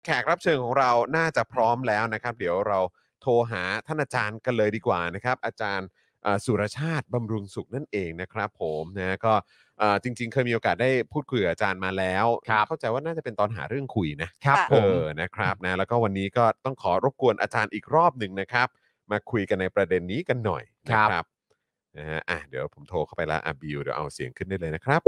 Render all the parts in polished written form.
แขกรับเชิญของเราน่าจะพร้อมแล้วนะครับเดี๋ยวเราโทรหาท่านอาจารย์กันเลยดีกว่านะครับอาจารย์สุรชาติบำรุงสุขนั่นเองนะครับผมนะก็จริงๆเคยมีโอกาสได้พูดคุยกับอาจารย์มาแล้วเข้าใจว่าน่าจะเป็นตอนหาเรื่องคุยนะครับผมนะครับนะแล้วก็วันนี้ก็ต้องขอรบกวนอาจารย์อีกรอบหนึ่งนะครับมาคุยกันในประเด็นนี้กันหน่อยนะครับนะฮะเดี๋ยวผมโทรเข้าไปแล้วบิวเดี๋ยวเอาเสียงขึ้นได้เลยนะครับ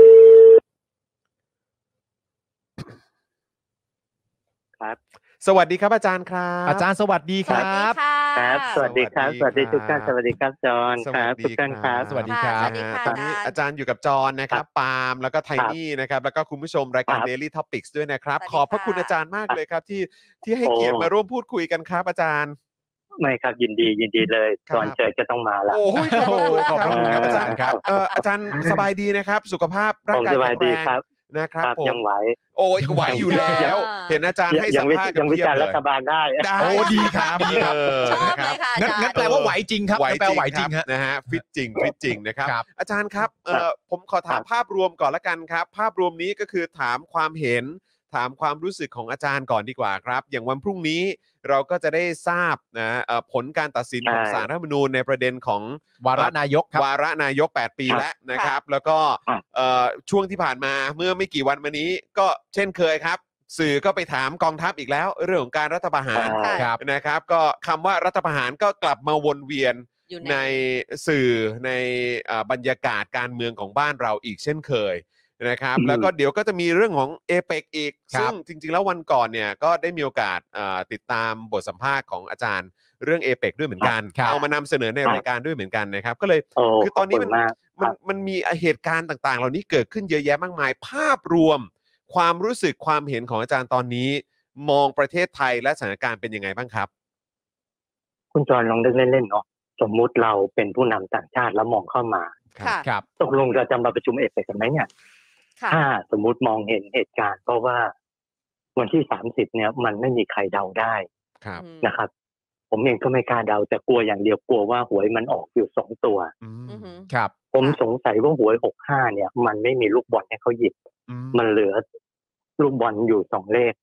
ครับสวัสดีครับอาจารย์ครับอาจารย์สวัสดีครับครับสวัสดีครับสวัสดีทุกท่านสวัสดีครับจอห์นครับทุกท่านครับสวัสดีครับตอนนี้อาจารย์อยู่กับจอห์นนะครับปาล์มแล้วก็ไทนี่นะครับแล้วก็คุณผู้ชมรายการ Daily Topics ด้วยนะครับขอบพระคุณอาจารย์มากเลยครับที่ให้เกียรติมาร่วมพูดคุยกันครับอาจารย์ไม่ครับยินดีเลยก่อนเจอจะต้องมาแล้วโอ้ยขอบคุณครับอาจารย์ครับอาจารย์สบายดีนะครับสุขภาพร่างกายแข็งแรงนะครับผมยังไหวโอ้ยไหวอยู่แล้วเห็นอาจารย์ให้สัมภาษณ์ยังวิจารณ์รัฐบาลได้โอ้ดีครับดีครับชอบเลยค่ะงั้นแปลว่าไหวจริงครับแปลว่าไหวจริงนะฮะฟิตจริงนะครับอาจารย์ครับผมขอถามภาพรวมก่อนละกันครับภาพรวมนี้ก็คือถามความเห็นถามความรู้สึกของอาจารย์ก่อนดีกว่าครับอย่างวันพรุ่งนี้เราก็จะได้ทราบนะผลการตัดสินของศาลรัฐธรรมนูญในประเด็นของวาระนายกครับวาระนายก8ปีแล้วนะครับแล้วก็ช่วงที่ผ่านมาเมื่อไม่กี่วันมานี้ก็เช่นเคยครับสื่อก็ไปถามกองทัพอีกแล้วเรื่องของการรัฐประหารนะครับก็คำว่ารัฐประหารก็กลับมาวนเวียนในสื่อในบรรยากาศการเมืองของบ้านเราอีกเช่นเคยนะครับแล้วก็เดี๋ยวก็จะมีเรื่องของเอเปกอีกซึ่งจริงๆแล้ววันก่อนเนี่ยก็ได้มีโอกาสติดตามบทสัมภาษณ์ของอาจารย์เรื่องเอเปกด้วยเหมือนกันเอามานำเสนอในรายการด้วยเหมือนกันนะครับก็เลยคือตอนนี้มันมีเหตุการณ์ต่างๆเหล่านี้เกิดขึ้นเยอะแยะมากมายภาพรวมความรู้สึกความเห็นของอาจารย์ตอนนี้มองประเทศไทยและสถานการณ์เป็นยังไงบ้างครับคุณจรลองนึกเล่นๆเนาะสมมุติเราเป็นผู้นำต่างชาติแล้วมองเข้ามาตกลงเราจะมาประชุมเอเปกกันไหมเนี่ยถ้าสมมุติมองเห็นเหตุการณ์เพราะว่าวันที่30เนี่ยมันไม่มีใครเดาได้นะครับผมเองก็ไม่กล้าเดาแต่กลัวอย่างเดียวกลัวว่าหวยมันออกอยู่2ตัวครับผมสงสัยว่าหวย65เนี่ยมันไม่มีลูกบอลให้เขาหยิบมันเหลือลูกบอลอยู่2เลข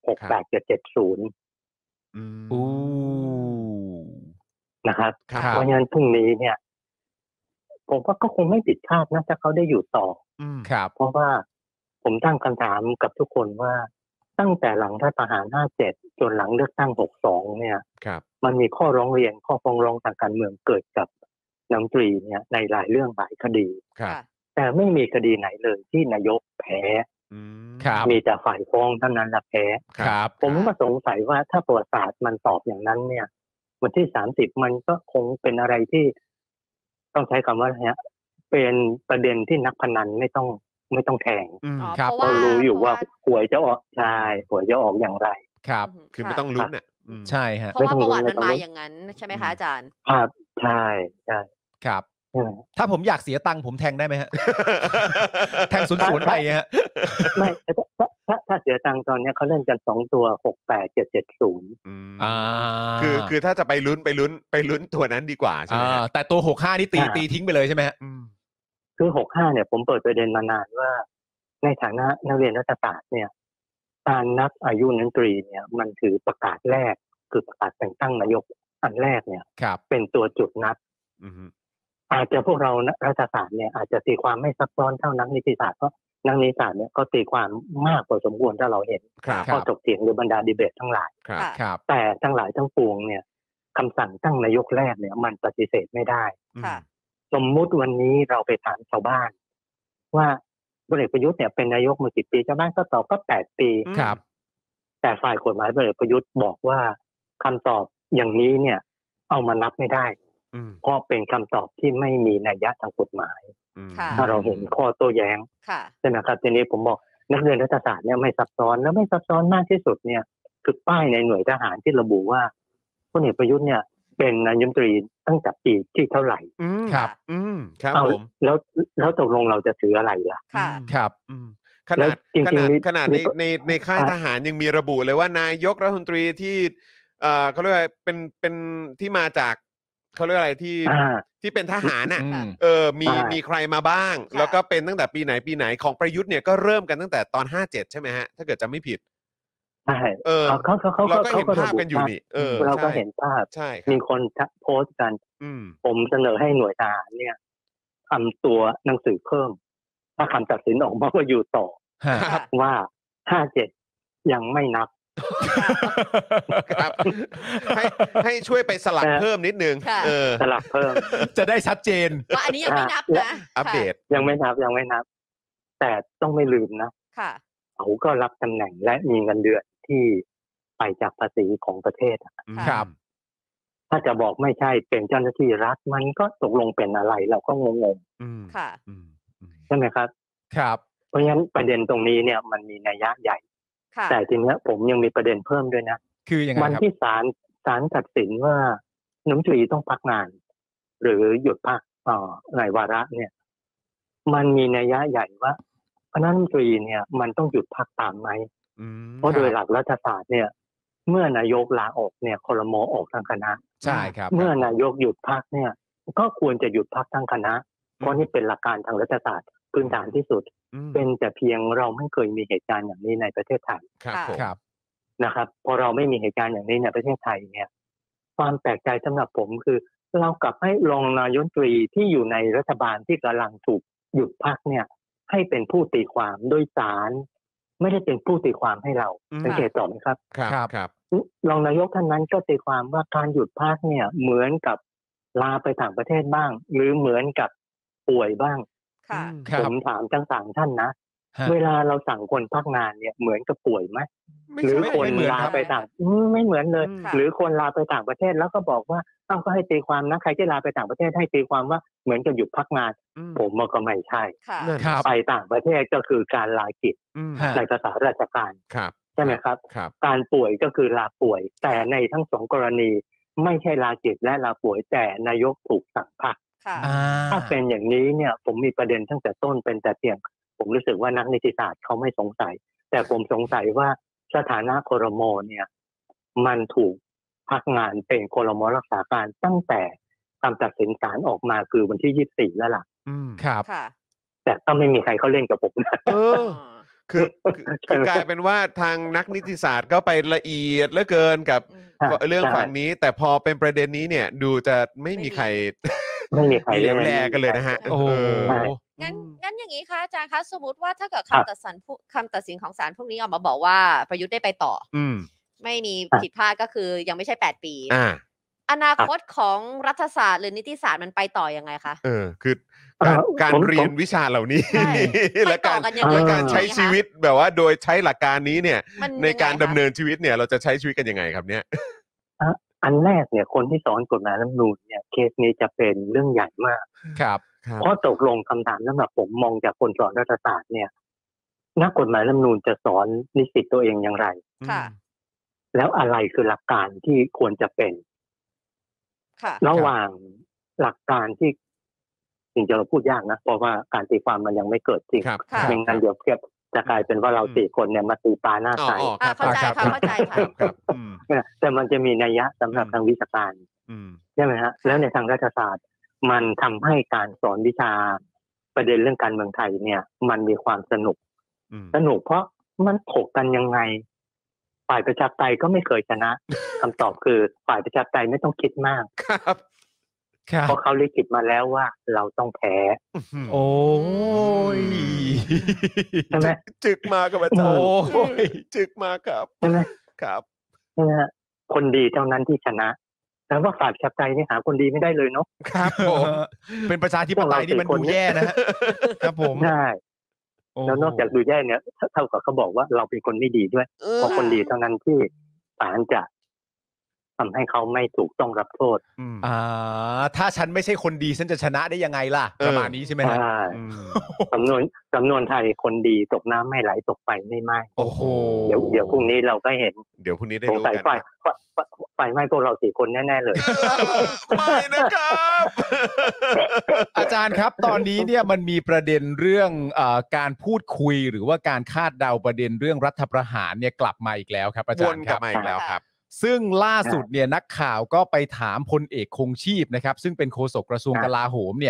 68 70นะครับเพราะฉะนั้นพรุ่งนี้เนี่ยผมว่าก็คงไม่ผิดคาดนะถ้าเขาได้อยู่ต่อเพราะว่าผมตั้งคำถามกับทุกคนว่าตั้งแต่หลังรัฐประหาร57จนหลังเลือกตั้ง62เนี่ยมันมีข้อร้องเรียนข้อฟ้องร้องทางการเมืองเกิดกับนายกรัฐมนตรีเนี่ยในหลายเรื่องหลายคดีแต่ไม่มีคดีไหนเลยที่นายกแพ้มีแต่ฝ่ายฟ้องเท่านั้นแหละแพ้ผมก็สงสัยว่าถ้าประวัติศาสตร์มันตอบอย่างนั้นเนี่ยวันที่30มันก็คงเป็นอะไรที่ต้องใช้คำว่าอะไรฮะเป็นประเด็นที่นักพนันไม่ต้องแทงเพราะรู้อยู่ว่าหวยจะออกใช่หวยจะออกอย่างไรครับคือไม่ต้องลุ้นอ่ะใช่ฮะเพราะว่าประวัติมันมาอย่างนั้นใช่ไหมคะอาจารย์ครับใช่ครับถ้าผมอยากเสียตังค์ผมแทงได้ไหมฮะแทง00ไปฮะไม่ถ้าเสียตังค์ตอนนี้เขาเล่นกัน2ตัว68 770 คือถ้าจะไปลุ้นตัวนั้นดีกว่าใช่ไหมแต่ตัว65นี่ตีทิ้งไปเลยใช่ไหมฮะคือ65เนี่ยผมเปิดประเด็นมานานว่าในฐานะนักเรียนรัฐศาสตร์เนี่ยการนับอายุนักดนตรีเนี่ยมันถือประกาศแรกคือประกาศแต่งตั้งนายกอันแรกเนี่ยเป็นตัวจุดนับอาจจะพวกเรารัฐศาสตร์เนี่ยอาจจะตีความไม่ซับซ้อนเท่านักนิติศาสตร์เพราะนักนิติศาสตร์เนี่ยก็ตีความมากพอสมควรถ้าเราเห็นข้อถกเถียงหรือบรรดาดีเบตทั้งหลายแต่ทั้งหลายทั้งปวงเนี่ยคำสั่งตั้งนายกแรกเนี่ยมันปฏิเสธไม่ได้สมมุติวันนี้เราไปถามชาวบ้านว่าพลเอกประยุทธ์เนี่ยเป็นนายกมากี่ปีชาวบ้านก็ตอบก็8 ปีแต่ฝ่ายกฎหมายพลเอกประยุทธ์บอกว่าคำตอบอย่างนี้เนี่ยเอามานับไม่ได้เพราะเป็นคำตอบที่ไม่มีนัยยะทางกฎหมายถ้าเราเห็นข้อโต้แย้งใช่ไหมครับทีนี้ผมบอกนักเรียนรัฐศาสตร์เนี่ยไม่ซับซ้อนและไม่ซับซ้อนมากที่สุดเนี่ยคือป้ายในหน่วยทหารที่ระบุว่าพลเอกประยุทธ์เนี่ยเป็นนายกรัฐมนตรีตั้งแต่ปีที่เท่าไหร่ครับครับผมแล้วตกลงเราจะถืออะไรล่ะครับขนาดในค่ายทหารยังมีระบุเลยว่านายกรัฐมนตรีที่เขาเรียกว่าเป็นที่มาจากเขาเรียกอะไรที่เป็นทหารน่ะมีใครมาบ้างแล้วก็เป็นตั้งแต่ปีไหนของประยุทธ์เนี่ยก็เริ่มกันตั้งแต่ตอน57ใช่ไหมฮะถ้าเกิดจำไม่ผิดใช่ เขาเราก็เห็นระภาพบุกันอยู่นี่เราก็ใช่เห็นภาพใช่ครับมีคนโพสต์กัน ผมเสนอให้หน่วยทหารเนี่ยทำตัวหนังสือเพิ่ม ถ้าคำตัดสินออกมาว่าอยู่ต่อครับว่า 57 ยังไม่นับครับให้ช่วยไปสลักเพิ่มนิดนึงค่ะสลับเพิ่มจะได้ชัดเจนว่าอันนี้ยังไม่นับนะอัปเดตยังไม่นับ แต่ต้องไม่ลืมนะค่ะเขาก็รับตำแหน่งและมีเงินเดือนที่ไปจากภาษีของประเทศอะครับถ้าจะบอกไม่ใช่เป็นเจ้าหน้าที่รัฐมันก็ตกลงเป็นอะไรเราก็งงค่ะๆใช่ไหมครับครับเพราะฉะนั้นประเด็นตรงนี้เนี่ยมันมีนัยยะใหญ่ค่ะแต่ทีเนี้ยผมยังมีประเด็นเพิ่มด้วยนะคือยังไงวันครับที่ศาลตัดสินว่าน้ำตรีต้องพักงาน หรือหยุดพักในวาระเนี่ย มันมีนัยยะใหญ่ว่าคณะรัฐมนตรีเนี่ยมันต้องหยุดพักตามไหมเพราะโดยหลักรัฐศาสตร์เนี่ย เมื่อนายกลาออกเนี่ยครม.ออกทั้งคณะใช่ครับเมื่อนายกหยุดพักเนี่ย ก็ควรจะหยุดพักทั้งคณะ เพราะนี่เป็นหลักการทางรัฐศาสตร์พื้นฐานที่สุด เป็นแต่เพียงเราไม่เคยมีเหตุการณ์อย่างนี้ในประเทศไทยครับผมครับนะครับพอเราไม่มีเหตุการณ์อย่างนี้ในประเทศไทยเนี่ย ความแปลกใจสำหรับผมคือ เรากลับให้รองนายกรัฐมนตรีที่อยู่ในรัฐบาลที่กำลังถูกหยุดพักเนี่ย ให้เป็นผู้ตีความโดยศาลไม่ได้เป็นผู้ตีความให้เราสังเกตต่อไหมครับครับรองนายกท่านนั้นก็ตีความว่าการหยุดพักเนี่ยเหมือนกับลาไปต่างประเทศบ้าง หรือเหมือนกับป่วยบ้างค่ะครัผบมถามทั้งสามท่านนะฮะเวลาเราสั่งคนพักงานเนี่ยเหมือนกับป่วยไหมไม่หรือใช่คนไม่เหมือนลาครับไปต่างไม่เหมือนเลยค่ะหรือคนลาไปต่างประเทศแล้วก็บอกว่าเอ้าก็ให้ตีความนะใครที่ลาไปต่างประเทศให้ตีความว่าเหมือนกับหยุดพักงาน ผมว่าก็ไม่ใช่ค่ะครับไปต่างประเทศก็คือการลากิจฮะในภาษาราชการครับใช่ไหมครับครับการป่วยก็คือลาป่วย แต่ในทั้งสองกรณีไม่ใช่ลากิจและลาป่วยแต่นายกถูกสั่งพักค่ะถ้าเป็นอย่างนี้เนี่ยผมมีประเด็นตั้งแต่ต้นเป็นแต่เพียงผมรู้สึกว่านักนิติศาสตร์เขาไม่สงสัย แต่ผมสงสัยว่าสถานะครม.เนี่ยมันถูกพักงานเป็นครม.รักษาการตั้งแต่คำตัดสินศาลออกมาคือวันที่24แล้วล่ะครับค่ะแต่ก็ไม่มีใครเขาเล่นกับผมนะคือกลายเป็นว่าทางนักนิติศาสตร์ก็ไปละเอียดเหลือเกินกับเรื่องฝั่งนี้ แต่พอเป็นประเด็นนี้เนี่ยดูจะไม่มีใครไม่มีใครเหลเล่นวแลกันเลยนะฮะโอ้โหงั้นอย่างนี้ค่ะอาจารย์คะสมมติว่าถ้าเกิดคำตัดสินของศาลพวกนี้ออกมาบอกว่าประยุทธ์ได้ไปต่อ ไม่มีผิดพลาดก็คือยังไม่ใช่8 ปีอนาคตของรัฐศาสตร์หรือนิติศาสตร์มันไปต่อยังไงคะคือการเรียนวิชาเหล่านี้ใช่และการไปต่อกันยังไงและการใช้ชีวิตแบบว่าโดยใช้หลักการนี้เนี่ยมันในการยังไงคะดำเนินชีวิตเนี่ยเราจะใช้ชีวิตกันยังไงครับเนี่ยอันแรกเนี่ยคนที่สอนกฎหมายรัฐธรรมนูญเนี่ยเคสนี้จะเป็นเรื่องใหญ่มากครับเพราะตกลงคำถามสำหรับผมมองจากคนสอนรัฐศาสตร์เนี่ยนักกฎหมายรัฐธรรมนูญจะสอนนิสิตตัวเองอย่างไรค่ะแล้วอะไรคือหลักการที่ควรจะเป็นค่ะระหว่างหลักการที่จริงๆเราพูดยากนะเพราะว่าการตีความมันยังไม่เกิดจริงครับค่ะไม่งั้นเดี๋ยวเทียบจะกลายเป็นว่าเราสี่คนเนี่ยมาตีปลาหน้าใสเข้าใจค่ะเข้าใจค่ะครับแต่มันจะมีนัยยะสำหรับทางวิชาการใช่ไหมฮะแล้วในทางรัฐศาสตร์มันทำให้การสอนวิชาประเด็นเรื่องการเมืองไทยเนี่ย มันมีความสนุกเพราะมันถกกันยังไงฝ่ายประชาธิปไตยก็ไม่เคยชนะ คำตอบคือฝ่ายประชาธิปไตยไม่ต้องคิดมากครับเพราะเขาลิขิตมาแล้วว่าเราต้องแพ้โอ้ยใช่ไหมจึกมากับอาจารย์โอ้ยจึกมาครับใช่ไหมครับใช่ไหมฮะคนดีเท่านั้นที่ชนะแต่ว่าฝ่ายประชาธิปไตยนี่หาคนดีไม่ได้เลยเนาะครับผมเป็นประชาธิปไตยนี่มันดูแย่นะฮะครับผมใช่โอ้แล้วนอกจากดูแย่เนี่ยเท่ากับเขาบอกว่าเราเป็นคนไม่ดีด้วยเพราะคนดีเท่านั้นที่ศาลจะทำให้เขาไม่ถูกต้องรับโทษถ้าฉันไม่ใช่คนดีฉันจะชนะได้ยังไงล่ะประมาณนี้ใช่ไหมฮะใช่สำนวนไทยคนดีตกน้ำไม่ไหลตกไฟไม่ไหม้โอ้โหเดี๋ยวพรุ่งนี้เราก็เห็นเดี๋ยวพรุ่งนี้ได้สงรู้สัยกันไฟไหม้พวกเราสี่คนแน่ๆเลยไม่นะครับอาจารย์ครับตอนนี้เนี่ยมันมีประเด็นเรื่องการพูดคุยหรือว่าการคาดเดาประเด็นเรื่องรัฐประหารเนี่ยกลับมาอีกแล้วครับอาจารย์วนคกลัรับบ มาอีกแล้วครับซึ่งล่าสุดเนี่ยนักข่าวก็ไปถามพลเอกคงชีพนะครับซึ่งเป็นโฆษกกระทรวงกลาโหมเนี่ย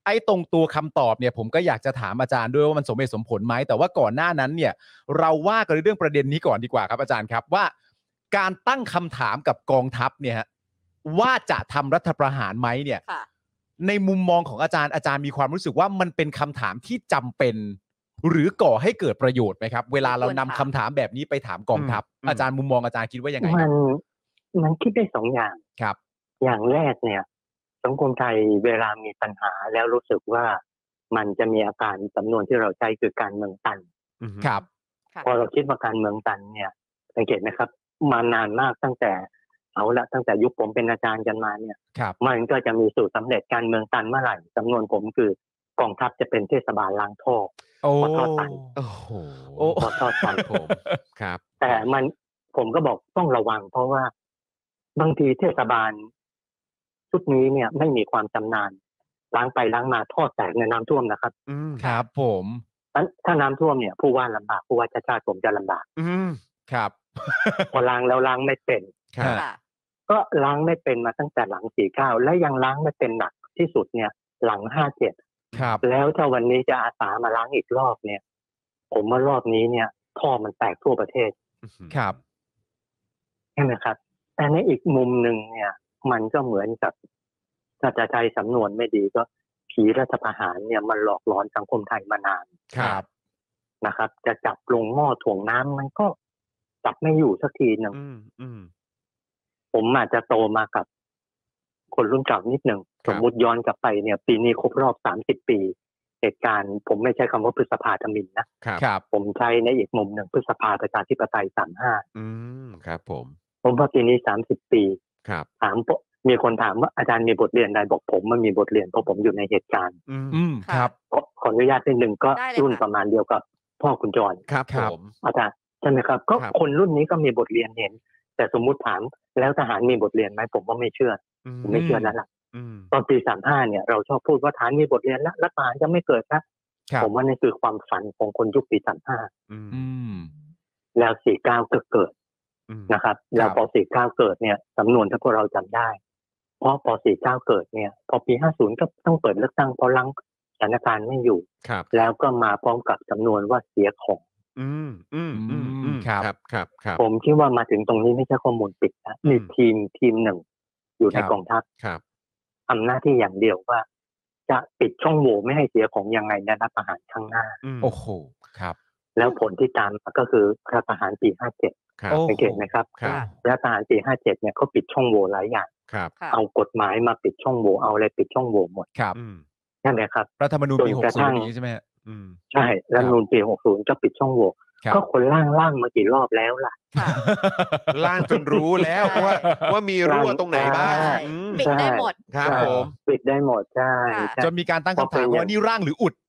ไอ้ตรงตัวคำตอบเนี่ยผมก็อยากจะถามอาจารย์ด้วยว่ามันสมเหตุสมผลไหมแต่ว่าก่อนหน้านั้นเนี่ยเราว่ากันเรื่องประเด็นนี้ก่อนดีกว่าครับอาจารย์ครับว่าการตั้งคำถามกับกองทัพเนี่ยว่าจะทำรัฐประหารไหมเนี่ยในมุมมองของอาจารย์มีความรู้สึกว่ามันเป็นคำถามที่จำเป็นหรือก่อให้เกิดประโยชน์ไหมครับเวลาเรานำคำถามแบบนี้ไปถามกองทัพอาจารย์มุมมองอาจารย์คิดว่ายังไงมันคิดได้2 อย่างครับอย่างแรกเนี่ยสังคมไทยเวลามีปัญหาแล้วรู้สึกว่ามันจะมีอาการสำนวนที่เราใช้คือการเมืองตันครับพอเราคิดว่าการเมืองตันเนี่ยสังเกตไหมครับมานานมากตั้งแต่ยุคผมเป็นอาจารย์กันมาเนี่ยมันก็จะมีสูตรสำเร็จการเมืองตันเมื่อไหร่สำนวนผมคือกองทัพจะเป็นเทศบาลล้างท่อพอท่อตันพอท่อตันผมครับแต่ผมก็บอกต้องระวังเพราะว่าบางทีเทศบาลชุดนี้เนี่ยไม่มีความชำนาญล้างไปล้างมาท่อแตกในน้ำท่วมนะครับครับผมถ้าน้ำท่วมเนี่ยผู้ว่าลำบากผู้ว่าชาติผมจะลำบากครับพอล้างแล้วล้างไม่เป็นก็ล้างไม่เป็นมาตั้งแต่หลัง49และยังล้างไม่เป็นหนักที่สุดเนี่ยหลัง57 ครับแล้วถ้าวันนี้จะอาสามาล้างอีกรอบเนี่ยผมว่ารอบนี้เนี่ยท่อมันแตกทั่วประเทศครับใช่ไหมครับแต่ในอีกมุมหนึ่งเนี่ยมันก็เหมือนกับถ้าจะใช้สำนวนไม่ดีก็ผีรัฐประหารเนี่ยมันหลอกหลอนสังคมไทยมานานครับนะครับจะจับลงหม้อถ่วงน้ำมันก็จับไม่อยู่สักทีนึงผมอาจจะโตมากับคนรุ่นเก่านิดนึงสมมุติย้อนกลับไปเนี่ยปีนี้ครบรอบ30 ปีเหตุการณ์ผมไม่ใช้คำว่าพฤษภาธมิฬนะครับผมใช้ในอีกมุมหนึ่งพฤษภาประชาธิปไตย 35ครับผมว่าปีนี้30 ปีครับถามมีคนถามว่าอาจารย์มีบทเรียนใดบอกผมมันมีบทเรียนเพราะผมอยู่ในเหตุการณ์ครับขออนุญาตนิดนึงก็รุ่นประมาณเดียวกับพ่อคุณจรครับผมอาจารย์ใช่ไหมครับก็คนรุ่นนี้ก็มีบทเรียนเห็นแต่สมมุติถามแล้วทหารมีบทเรียนไหมผมว่าไม่เชื่อผมไม่เชื่อแล้วล่ะตอนปี35เนี่ยเราชอบพูดว่าทหารมีบทเรียนแล้วรัฐประหารจะไม่เกิดนะผมว่านี่คือความฝันของคนยุคปี35แล้ว49ก็เกิดนะครับแล้วพอ49เกิดเนี่ยสำนวนถ้าพวกเราจำได้เพราะพอ49เกิดเนี่ยพอปี50ก็ต้องเปิดเลือกตั้งเพราะลังสถานการณ์ไม่อยู่แล้วก็มาพร้อมกับสำนวนว่าเสียของครับผมคิดว่ามาถึงตรงนี้ไม่ใช่ข้อมูลปิดนะมีทีมหนึ่งอยู่ในกองทัพทำหน้าที่อย่างเดียวว่าจะปิดช่องโหว่ไม่ให้เสียของยังไงในรัฐประหารข้างหน้าโอ้โหครับแล้วผลที่ตามก็คือรัฐประหารปี57สังเกตไหมครับรัฐประหารปี57เนี่ยเขาปิดช่องโหว่หลายอย่างเอากฎหมายมาปิดช่องโหว่เอาอะไรปิดช่องโหว่หมดใช่ไหมครับรัฐธรรมนูญปี60นี้ใช่ไหมใช่รัฐธรรมนูญปี60ก็ปิดช่องโหว่ก็คนล่างมากี่รอบแล้วล่ะล่างจนรู้แล้วว่ามีรั่วตรงไหนบ้างปิดได้หมดครับผมปิดได้หมดใช่จนมีการตั้งคำถามว่านี่ร่างหรืออุด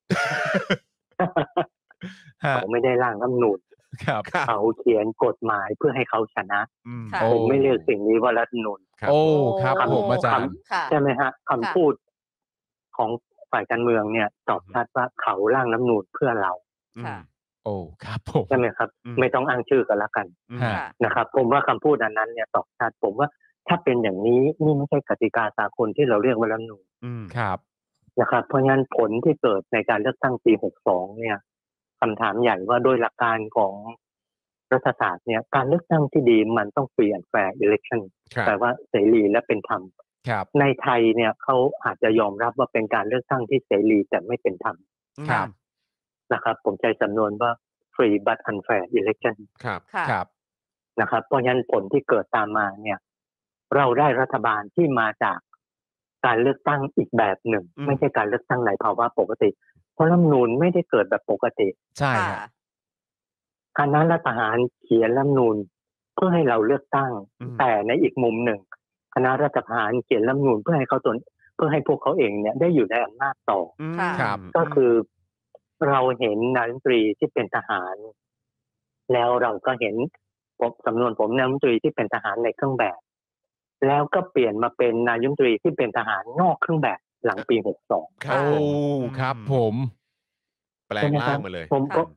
เขาไม่ได้ร่างรัฐธรรมนูญเขาเขียนกฎหมายเพื่อให้เขาชนะผมไม่เรียกสิ่งนี้ว่ารัฐธรรมนูญโอ้ครับผมอาจารย์ใช่ไหมฮะคำพูดของฝ่ายการเมืองเนี่ยตอบชัดว่าเขาร่างรัฐธรรมนูญเพื่อเราโอ้ครับผมใช่ไหมครับไม่ต้องอ้างชื่อกันละกันนะครับผมว่าคำพูดนั้นเนี่ยตอบชัดผมว่าถ้าเป็นอย่างนี้นี่ไม่ใช่กติกาสากลที่เราเรียกว่ารัฐธรรมนูญครับนะครับเพราะงั้นผลที่เกิดในการเลือกตั้งปี62เนี่ยคำถามใหญ่ว่าโดยหลักการของรัฐศาสตร์เนี่ยการเลือกตั้งที่ดีมันต้อง free and fair election แปลว่าเสรีและเป็นธรรมในไทยเนี่ยเขาอาจจะยอมรับว่าเป็นการเลือกตั้งที่เสรีแต่ไม่เป็นธรรมนะครับผมใช้สำนวนว่า free but unfair election ครับนะครับเพราะฉะนั้นผลที่เกิดตามมาเนี่ยเราได้รัฐบาลที่มาจากการเลือกตั้งอีกแบบหนึ่งไม่ใช่การเลือกตั้งในภาวะปกติเพราะรัฐธรรมนูญไม่ได้เกิดแบบปกติใช่คณะรัฐประหารเขียนรัฐธรรมนูญเพื่อให้เราเลือกตั้งแต่ในอีกมุมหนึ่งคณะรัฐประหารเขียนรัฐธรรมนูญเพื่อให้พวกเขาเองเนี่ยได้อยู่ในอำนาจต่อก็คือเราเห็นนายกรัฐมนตรีที่เป็นทหารแล้วเราก็เห็นสำนวนผมนายกรัฐมนตรีที่เป็นทหารในเครื่องแบบแล้วก็เปลี่ยนมาเป็นนายกรัฐมนตรีที่เป็นทหารนอกเครื่องแบบหลังปี62 โอ้ครับผมแปลงร่างมาเลยผมก็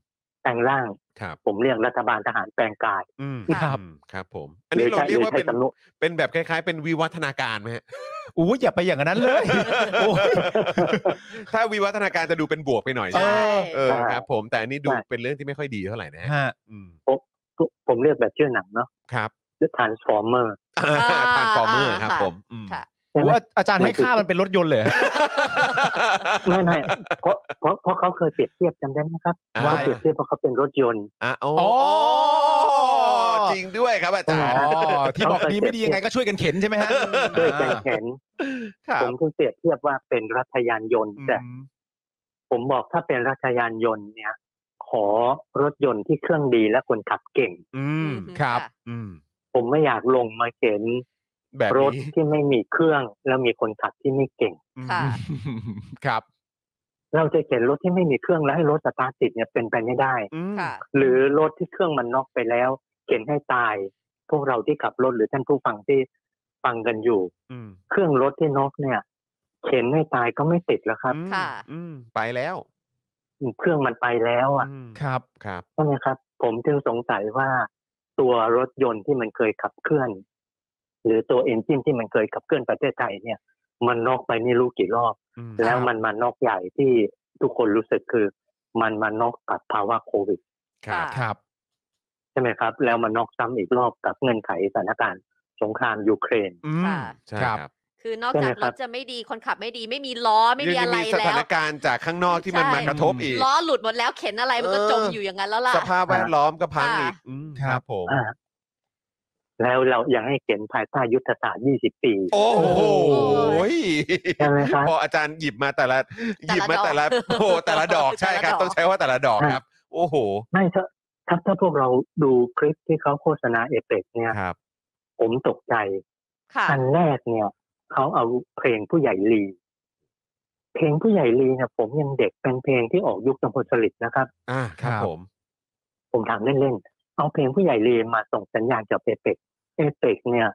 แปลงร่างครับผมเรียกรัฐบาลทหารแปลงกายครับครับผมอันนี้เราเรียกว่าเป็นแบบคล้ายๆเป็นวิวัฒนาการไหมฮะอู้อย่าไปอย่างนั้นเลยโอ้ยถ้าวิวัฒนาการจะดูเป็นบวกไปหน่อยใช่ครับผมแต่อันนี้ดูเป็นเรื่องที่ไม่ค่อยดีเท่าไหร่นะฮะฮะผมเรียกแบบชื่อหนังเนาะครับ The Transformer ทางฟอร์เมอร์ครับผมค่ะว่าอาจารย์ให้ค่ามันเป็นรถยนต์เลยไม่เพราะเขาเคยเปรียบเทียบจำได้ไหมครับเขาเปรียบเทียบเพราะเขาเป็นรถยนต์จริงด้วยครับอาจารย์ที่บอกดีไม่ดียังไงก็ช่วยกันเข็นใช่ไหมฮะช่วยกันเข็นผมคือเปรียบเทียบว่าเป็นรถยานยนต์แต่ผมบอกถ้าเป็นรถยานยนต์เนี่ยขอรถยนต์ที่เครื่องดีและคนขับเก่งครับผมไม่อยากลงมาเข็นรถที่ไม่มีเครื่องแล้วมีคนขับที่ไม่เก่งครับเราจะเข็นรถที่ไม่มีเครื่องแล้วให้รถสตาร์ทติดเนี่ยเป็นไปไม่ได้หรือรถที่เครื่องมันน็อกไปแล้วเข็นให้ตายพวกเราที่ขับรถหรือท่านผู้ฟังที่ฟังกันอยู่เครื่องรถที่น็อกเนี่ยเข็นให้ตายก็ไม่ติดแล้วครับไปแล้วเครื่องมันไปแล้วอ่ะครับใช่ไหมครับผมจึงสงสัยว่าตัวรถยนต์ที่มันเคยขับเคลื่อนหรือตัวเอนจินที่มันเคยขับเคลื่อนประเทศไทยเนี่ยมันน็อกไปไม่รู้กี่รอบแล้วมันมาน็อกใหญ่ที่ทุกคนรู้สึกคือมันมาน็อกกับภาวะโควิดครับใช่ไหมครับแล้วมันน็อกซ้ำอีกรอบกับเงื่อนไขสถานการณ์สงครามยูเครนใช่ครับคือนอกจากรถจะไม่ดีคนขับไม่ดีไม่มีล้อไม่มีอะไรแล้วสถานการณ์จากข้างนอกที่มันมากระทบอีกล้อหลุดหมดแล้วเข็นอะไรมันก็จมอยู่อย่างนั้นแล้วล่ะสภาพแวดล้อมก็พังอีกครับผมแล้วเรายังให้เขียนภายใต้ยุทธศาสตร์20 ปีโอ้โหใช่ไหมครับพออาจารย์หยิบมาแต่ละแต่ละดอกใช่ครับต้องใช้ว่าแต่ละดอกครับโอ้โหไม่ถ้าพวกเราดูคลิปที่เขาโฆษณาเอเปกเนี่ยผมตกใจอันแรกเนี่ยเขาเอาเพลงผู้ใหญ่ลีเพลงผู้ใหญ่ลีเนี่ยผมยังเด็กเป็นเพลงที่ออกยุคจอมพลสฤษดิ์นะครับครับผมถามเล่นๆเอาเพลงผู้ใหญ่ลีมาส่งสัญญาณจากเอเปกเนี่ย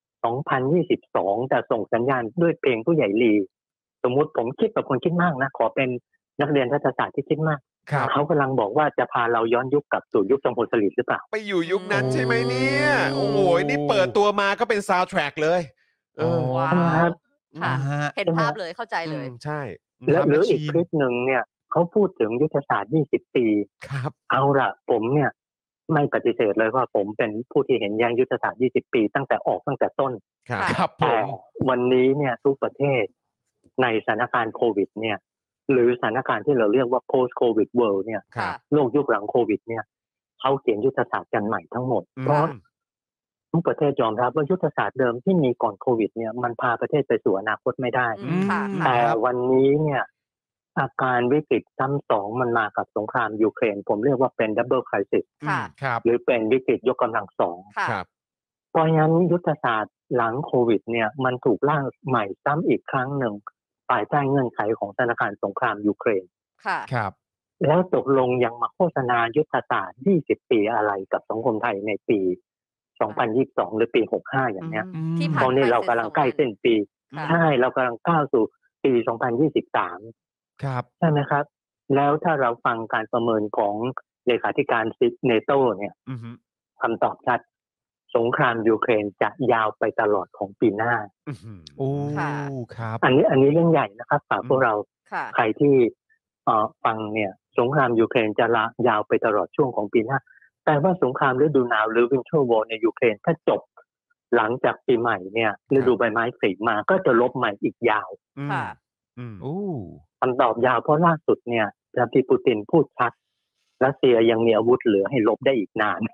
2022แต่ส่งสัญญาณด้วยเพลงผู้ใหญ่ลีสมมุติผมคิดแบบคนคิดมากนะขอเป็นนักเรียนรัฐศาสตร์ที่คิดมากเขากำลังบอกว่าจะพาเราย้อนยุคกลับสู่ยุคจอมพลสฤษดิ์หรือเปล่าไปอยู่ยุคนั้นใช่ไหมเนี่ยโอ้โหนี่เปิดตัวมาก็เป็นซาวด์แทร็กเลยว้าวเห็นภาพเลยเข้าใจเลยใช่แล้วหรืออีกคลิปหนึ่งเนี่ยเขาพูดถึงยุทธศาสตร์20 ปีครับเอาล่ะผมเนี่ยไม่ปฏิเสธเลยว่าผมเป็นผู้ที่เห็นแย้งยุทธศาสตร์20 ปีตั้งแต่ต้นครับแต่วันนี้เนี่ยทุกประเทศในสถานการณ์โควิดเนี่ยหรือสถานการณ์ที่เราเรียกว่า post covid world เนี่ยโลกยุคหลังโควิดเนี่ยเขาเขียนยุทธศาสตร์กันใหม่ทั้งหมดเพราะทุกประเทศยอมรับว่ายุทธศาสตร์เดิมที่มีก่อนโควิดเนี่ยมันพาประเทศไปสู่อนาคตไม่ได้แต่วันนี้เนี่ยอาการวิกฤตซ้ำสองมันมากับสงครามยูเครนผมเรียกว่าเป็น double crisis หรือเป็นวิกฤตยกกำลังสองเพราะงั้นยุทธศาสตร์หลังโควิดเนี่ยมันถูกร่างใหม่ซ้ำอีกครั้งหนึ่งภายใต้เงื่อนไขของสถานการณ์สงครามยูเครนครับแล้วตกลงยังมาโฆษณายุทธศาสตร์20 ปีอะไรกับสังคมไทยในปี2022หรือปี65อย่างเนี้ยตอนนี้เรากำลังใกล้สิ้นปีใช่เรากำลังก้าวสู่ปี2023 ครับใช่ไหมครับแล้วถ้าเราฟังการประเมินของเลขาธิการเนโตเนี่ยคำตอบชัดสงครามยูเครนจะยาวไปตลอดของปีหน้าโอ้ครับอันนี้เรื่องใหญ่นะครับฝากพวกเราใครที่ฟังเนี่ยสงครามยูเครนจะยาวไปตลอดช่วงของปีหน้าแต่ว่าสงครามฤดูหนาวหรือ Winter War ในยูเครนถ้าจบหลังจากปีใหม่เนี่ยฤดูใบไม้ผลิมาก็จะลบใหม่อีกยาวคำตอบยาวเพราะล่าสุดเนี่ยประธานาธิบดีปูตินพูดชัดรัสเซียยังมีอาวุธเหลือให้ลบได้อีกนาน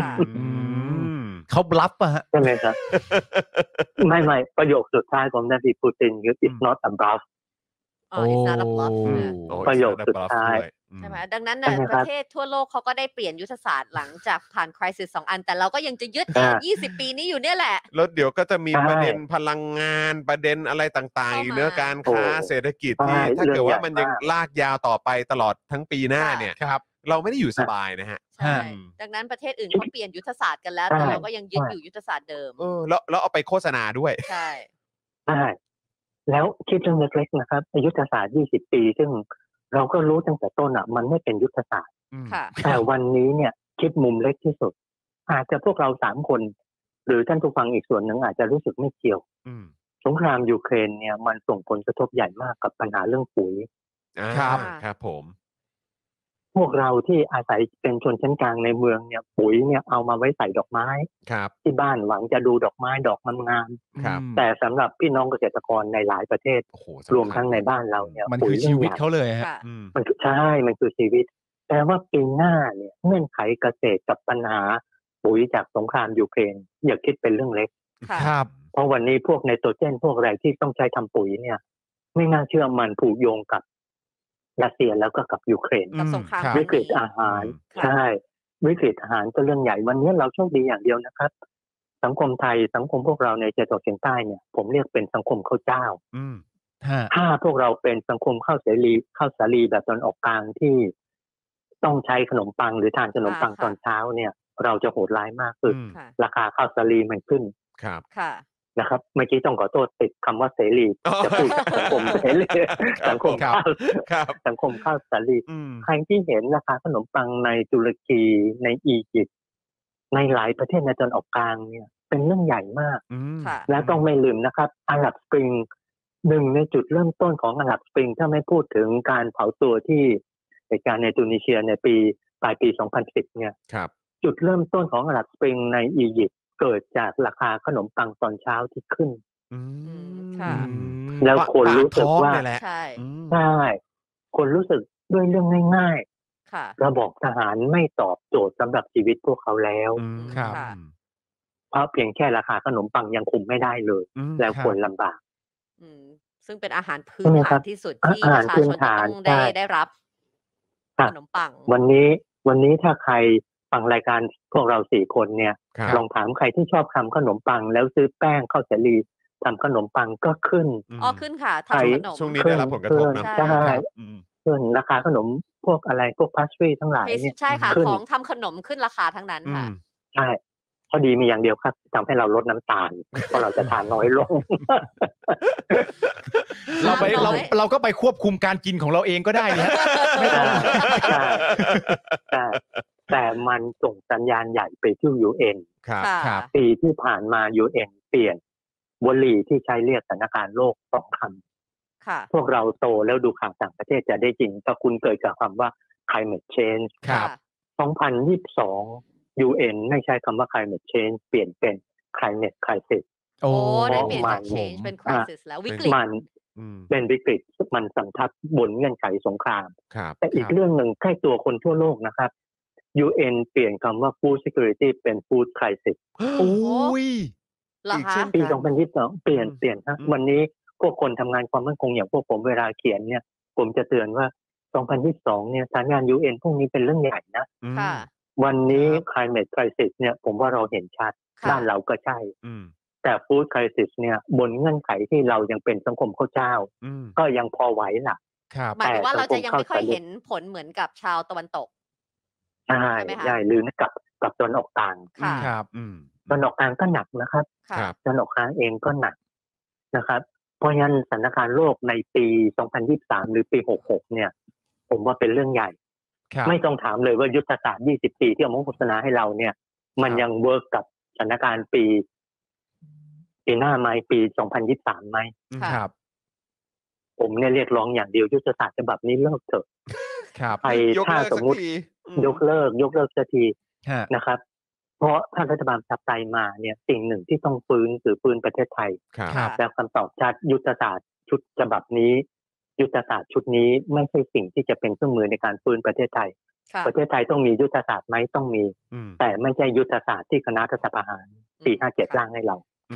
เขาบลัฟป่ะฮะใช่ไหมครับไม่ประโยคสุดท้ายของประธานาธิบดีปูตินคือ it's not a bluff it's not a bluff ประโยคสุดท้ายใช่ไหมดังนั้นเนี่ยประเทศทั่วโลกเขาก็ได้เปลี่ยนยุทธศาสตร์หลังจากผ่านคริสิส2 อันแต่เราก็ยังจะยึด20 ปีนี้อยู่เนี่ยแหละแล้วเดี๋ยวก็จะมีประเด็นพลังงานประเด็นอะไรต่างๆเรื่องการค้าเศรษฐกิจที่ถ้าเกิดว่ามันยังลากยาวต่อไปตลอดทั้งปีหน้าเนี่ยเราไม่ได้อยู่สบายนะฮะใช่ดังนั้นประเทศอื่นเขาเปลี่ยนยุทธศาสตร์กันแล้วแต่เราก็ยังยึดอยู่ยุทธศาสตร์เดิมแล้วเอาไปโฆษณาด้วยใช่แล้วคิดเรื่องเล็กๆนะครับยุทธศาสตร์20 ปีซึ่งเราก็รู้ตั้งแต่ต้นอ่ะมันไม่เป็นยุทธศาสตร์แต่วันนี้เนี่ยคิดมุมเล็กที่สุดอาจจะพวกเรา3 คนหรือท่านผู้ฟังอีกส่วนหนึ่งอาจจะรู้สึกไม่เกี่ยวสงครามยูเครนเนี่ยมันส่งผลกระทบใหญ่มากกับปัญหาเรื่องปุ๋ยครับผมพวกเราที่อาศัยเป็นชนชั้นกลางในเมืองเนี่ยปุ๋ยเนี่ยเอามาไว้ใส่ดอกไม้ที่บ้านหวังจะดูดอกไม้ดอกงามๆแต่สำหรับพี่น้องเกษตรกรในหลายประเทศรวมทั้งในบ้านเราเนี่ยมันคือชีวิตเขาเลยฮะมันใช่มันคือชีวิตแต่ว่าปีหน้าเนี่ยเงื่อนไขเกษตรกับปัญหาปุ๋ยจากสงครามยูเครนอย่าคิดเป็นเรื่องเล็กครับเพราะวันนี้พวกไนโตรเจนพวกอะไรที่ต้องใช้ทำปุ๋ยเนี่ยไม่น่าเชื่อมันผูกโยงกับรัสเซียแล้วก็กับยูเครนวิกฤตอาหารใช่วิกฤตอาหารก็เรื่องใหญ่วันนี้เราโชคดีอย่างเดียวนะครับสังคมไทยสังคมพวกเราในเอเชียตะวันออกเฉียงใต้เนี่ยผมเรียกเป็นสังคมข้าวเจ้าถ้าพวกเราเป็นสังคมข้าวสาลีแบบตอนออกกลางที่ต้องใช้ขนมปังหรือทานขนมปังตอนเช้าเนี่ยเราจะโหดร้ายมากคือราคาข้าวสาลีมันขึ้นนะครับเมื่อกี้ต้องขอโทษติดคำว่าเสรีจะพูดสังคมเสรีสังคมข้าวสาลีใครที่เห็นราคาขนมปังในตุรกีในอียิปต์ในหลายประเทศในตะวันออกกลางเนี่ยเป็นเรื่องใหญ่มากและต้องไม่ลืมนะครับอาหรับสปริงหนึ่งในจุดเริ่มต้นของอาหรับสปริงถ้าไม่พูดถึงการเผาตัวที่เหตุการณ์ในตุนิเซียในปลายปี 2010 เนี่ยจุดเริ่มต้นของอาหรับสปริงในอียิปต์เกิดจากราคาขนมปังตอนเช้าที่ขึ้นแล้วคนรู้สึกว่าใช่คนรู้สึกด้วยเรื่องง่ายๆระบบทหารไม่ตอบโจทย์สำหรับชีวิตพวกเขาแล้วเพราะเพียงแค่ราคาขนมปังยังคุมไม่ได้เลยแล้วคนลำบากซึ่งเป็นอาหารพื้นฐานที่สุดที่ประชาชนต้องได้รับขนมปังวันนี้ถ้าใครฟังรายการพวกเรา4 คนเนี่ยลองถามใครที่ชอบทำขนมปังแล้วซื้อแป้งข้าวสาลีทำขนมปังก็ขึ้นขึ้นค่ะทำขนมช่วงนี้ได้รับผลกระทบนะใช่ขึ้นราคาขนมพวกอะไรพวกพาสทรีทั้งหลายเนี่ยใช่ค่ะของทำขนมขึ้นราคาทั้งนั้นค่ะใช่ข้อดีมีอย่างเดียวครับทำให้เราลดน้ำตาลเพราะเราจะทานน้อยลงเราก็ไปควบคุมการกินของเราเองก็ได้เนี่ยไม่ต้องแต่มันส่งสัญญาณใหญ่ไปที่ UN ปีที่ผ่านมา UN เปลี่ยนวลีที่ใช้เรียกสถานการณ์โลก2 คำพวกเราโตแล้วดูข่าวต่างประเทศจะได้จริงถ้าคุณเกิดจากคำว่า climate change 2022 UN ไม่ใช้คำว่า climate change เปลี่ยนเป็น climate crisis ได้เปลี่ยนจาก change เป็น crisis แล้ววิกฤตมันเป็นวิกฤตมันสัมทับบนเงื่อนไขสงครามแต่อีกเรื่องหนึ่งใกล้ตัวคนทั่วโลกนะครับ UN เปลี่ยนคำว่า food security เป็น food crisis โอ้ยปี 2022 เปลี่ยนฮะวันนี้พวกคนทำงานความมั่นคงอย่างพวกผมเวลาเขียนเนี่ยผมจะเตือนว่า 2022 เนี่ยสถานการณ์ UN พวกนี้เป็นเรื่องใหญ่นะวันนี้ climate crisis เนี่ยผมว่าเราเห็นชัดบ้านเราก็ใช่แต่ food crisis เนี่ยบนเงื่อนไขที่เรายังเป็นสังคมข้าวเจ้าก็ยังพอไหวล่ะหมายถึงว่าเราจะยังไม่ค่อยเห็นผลเหมือนกับชาวตะวันตกใช่หรือกับตะวันออกกลางตะวันออกกลางก็หนักนะครับตะวันออกกลางเองก็หนักนะครับเพราะฉะนั้นสถานการณ์โลกในปี 2023 หรือปี 66 เนี่ยผมว่าเป็นเรื่องใหญ่ไม่ต้องถามเลยว่ายุทธศาสตร์ 20 ปีที่เอามาโฆษณาให้เราเนี่ยมันยังเวิร์กกับสถานการณ์ปีหน้าไหมปี 2023 ไหมผมเนี่ยเรียกร้องอย่างเดียวยุทธศาสตร์ฉบับนี้เลิกเถอะใครถ้าสมมุติยกเลิกสักทีนะครับเพราะถ้ารัฐบาลประชาธิปไตยมาเนี่ยสิ่งหนึ่งที่ต้องฟื้นคือฟื้นประเทศไทยแล้วคำตอบชัดยุทธศาสตร์ชุดฉบับนี้ยุทธศาสตร์ชุดนี้ไม่ใช่สิ่งที่จะเป็นเครื่องมือในการฟื้นประเทศไทยประเทศไทยต้องมียุทธศาสตร์ไหมต้องมีแต่ไม่ใช่ยุทธศาสตร์ที่คณะรัฐประหาร457ร่างให้เรา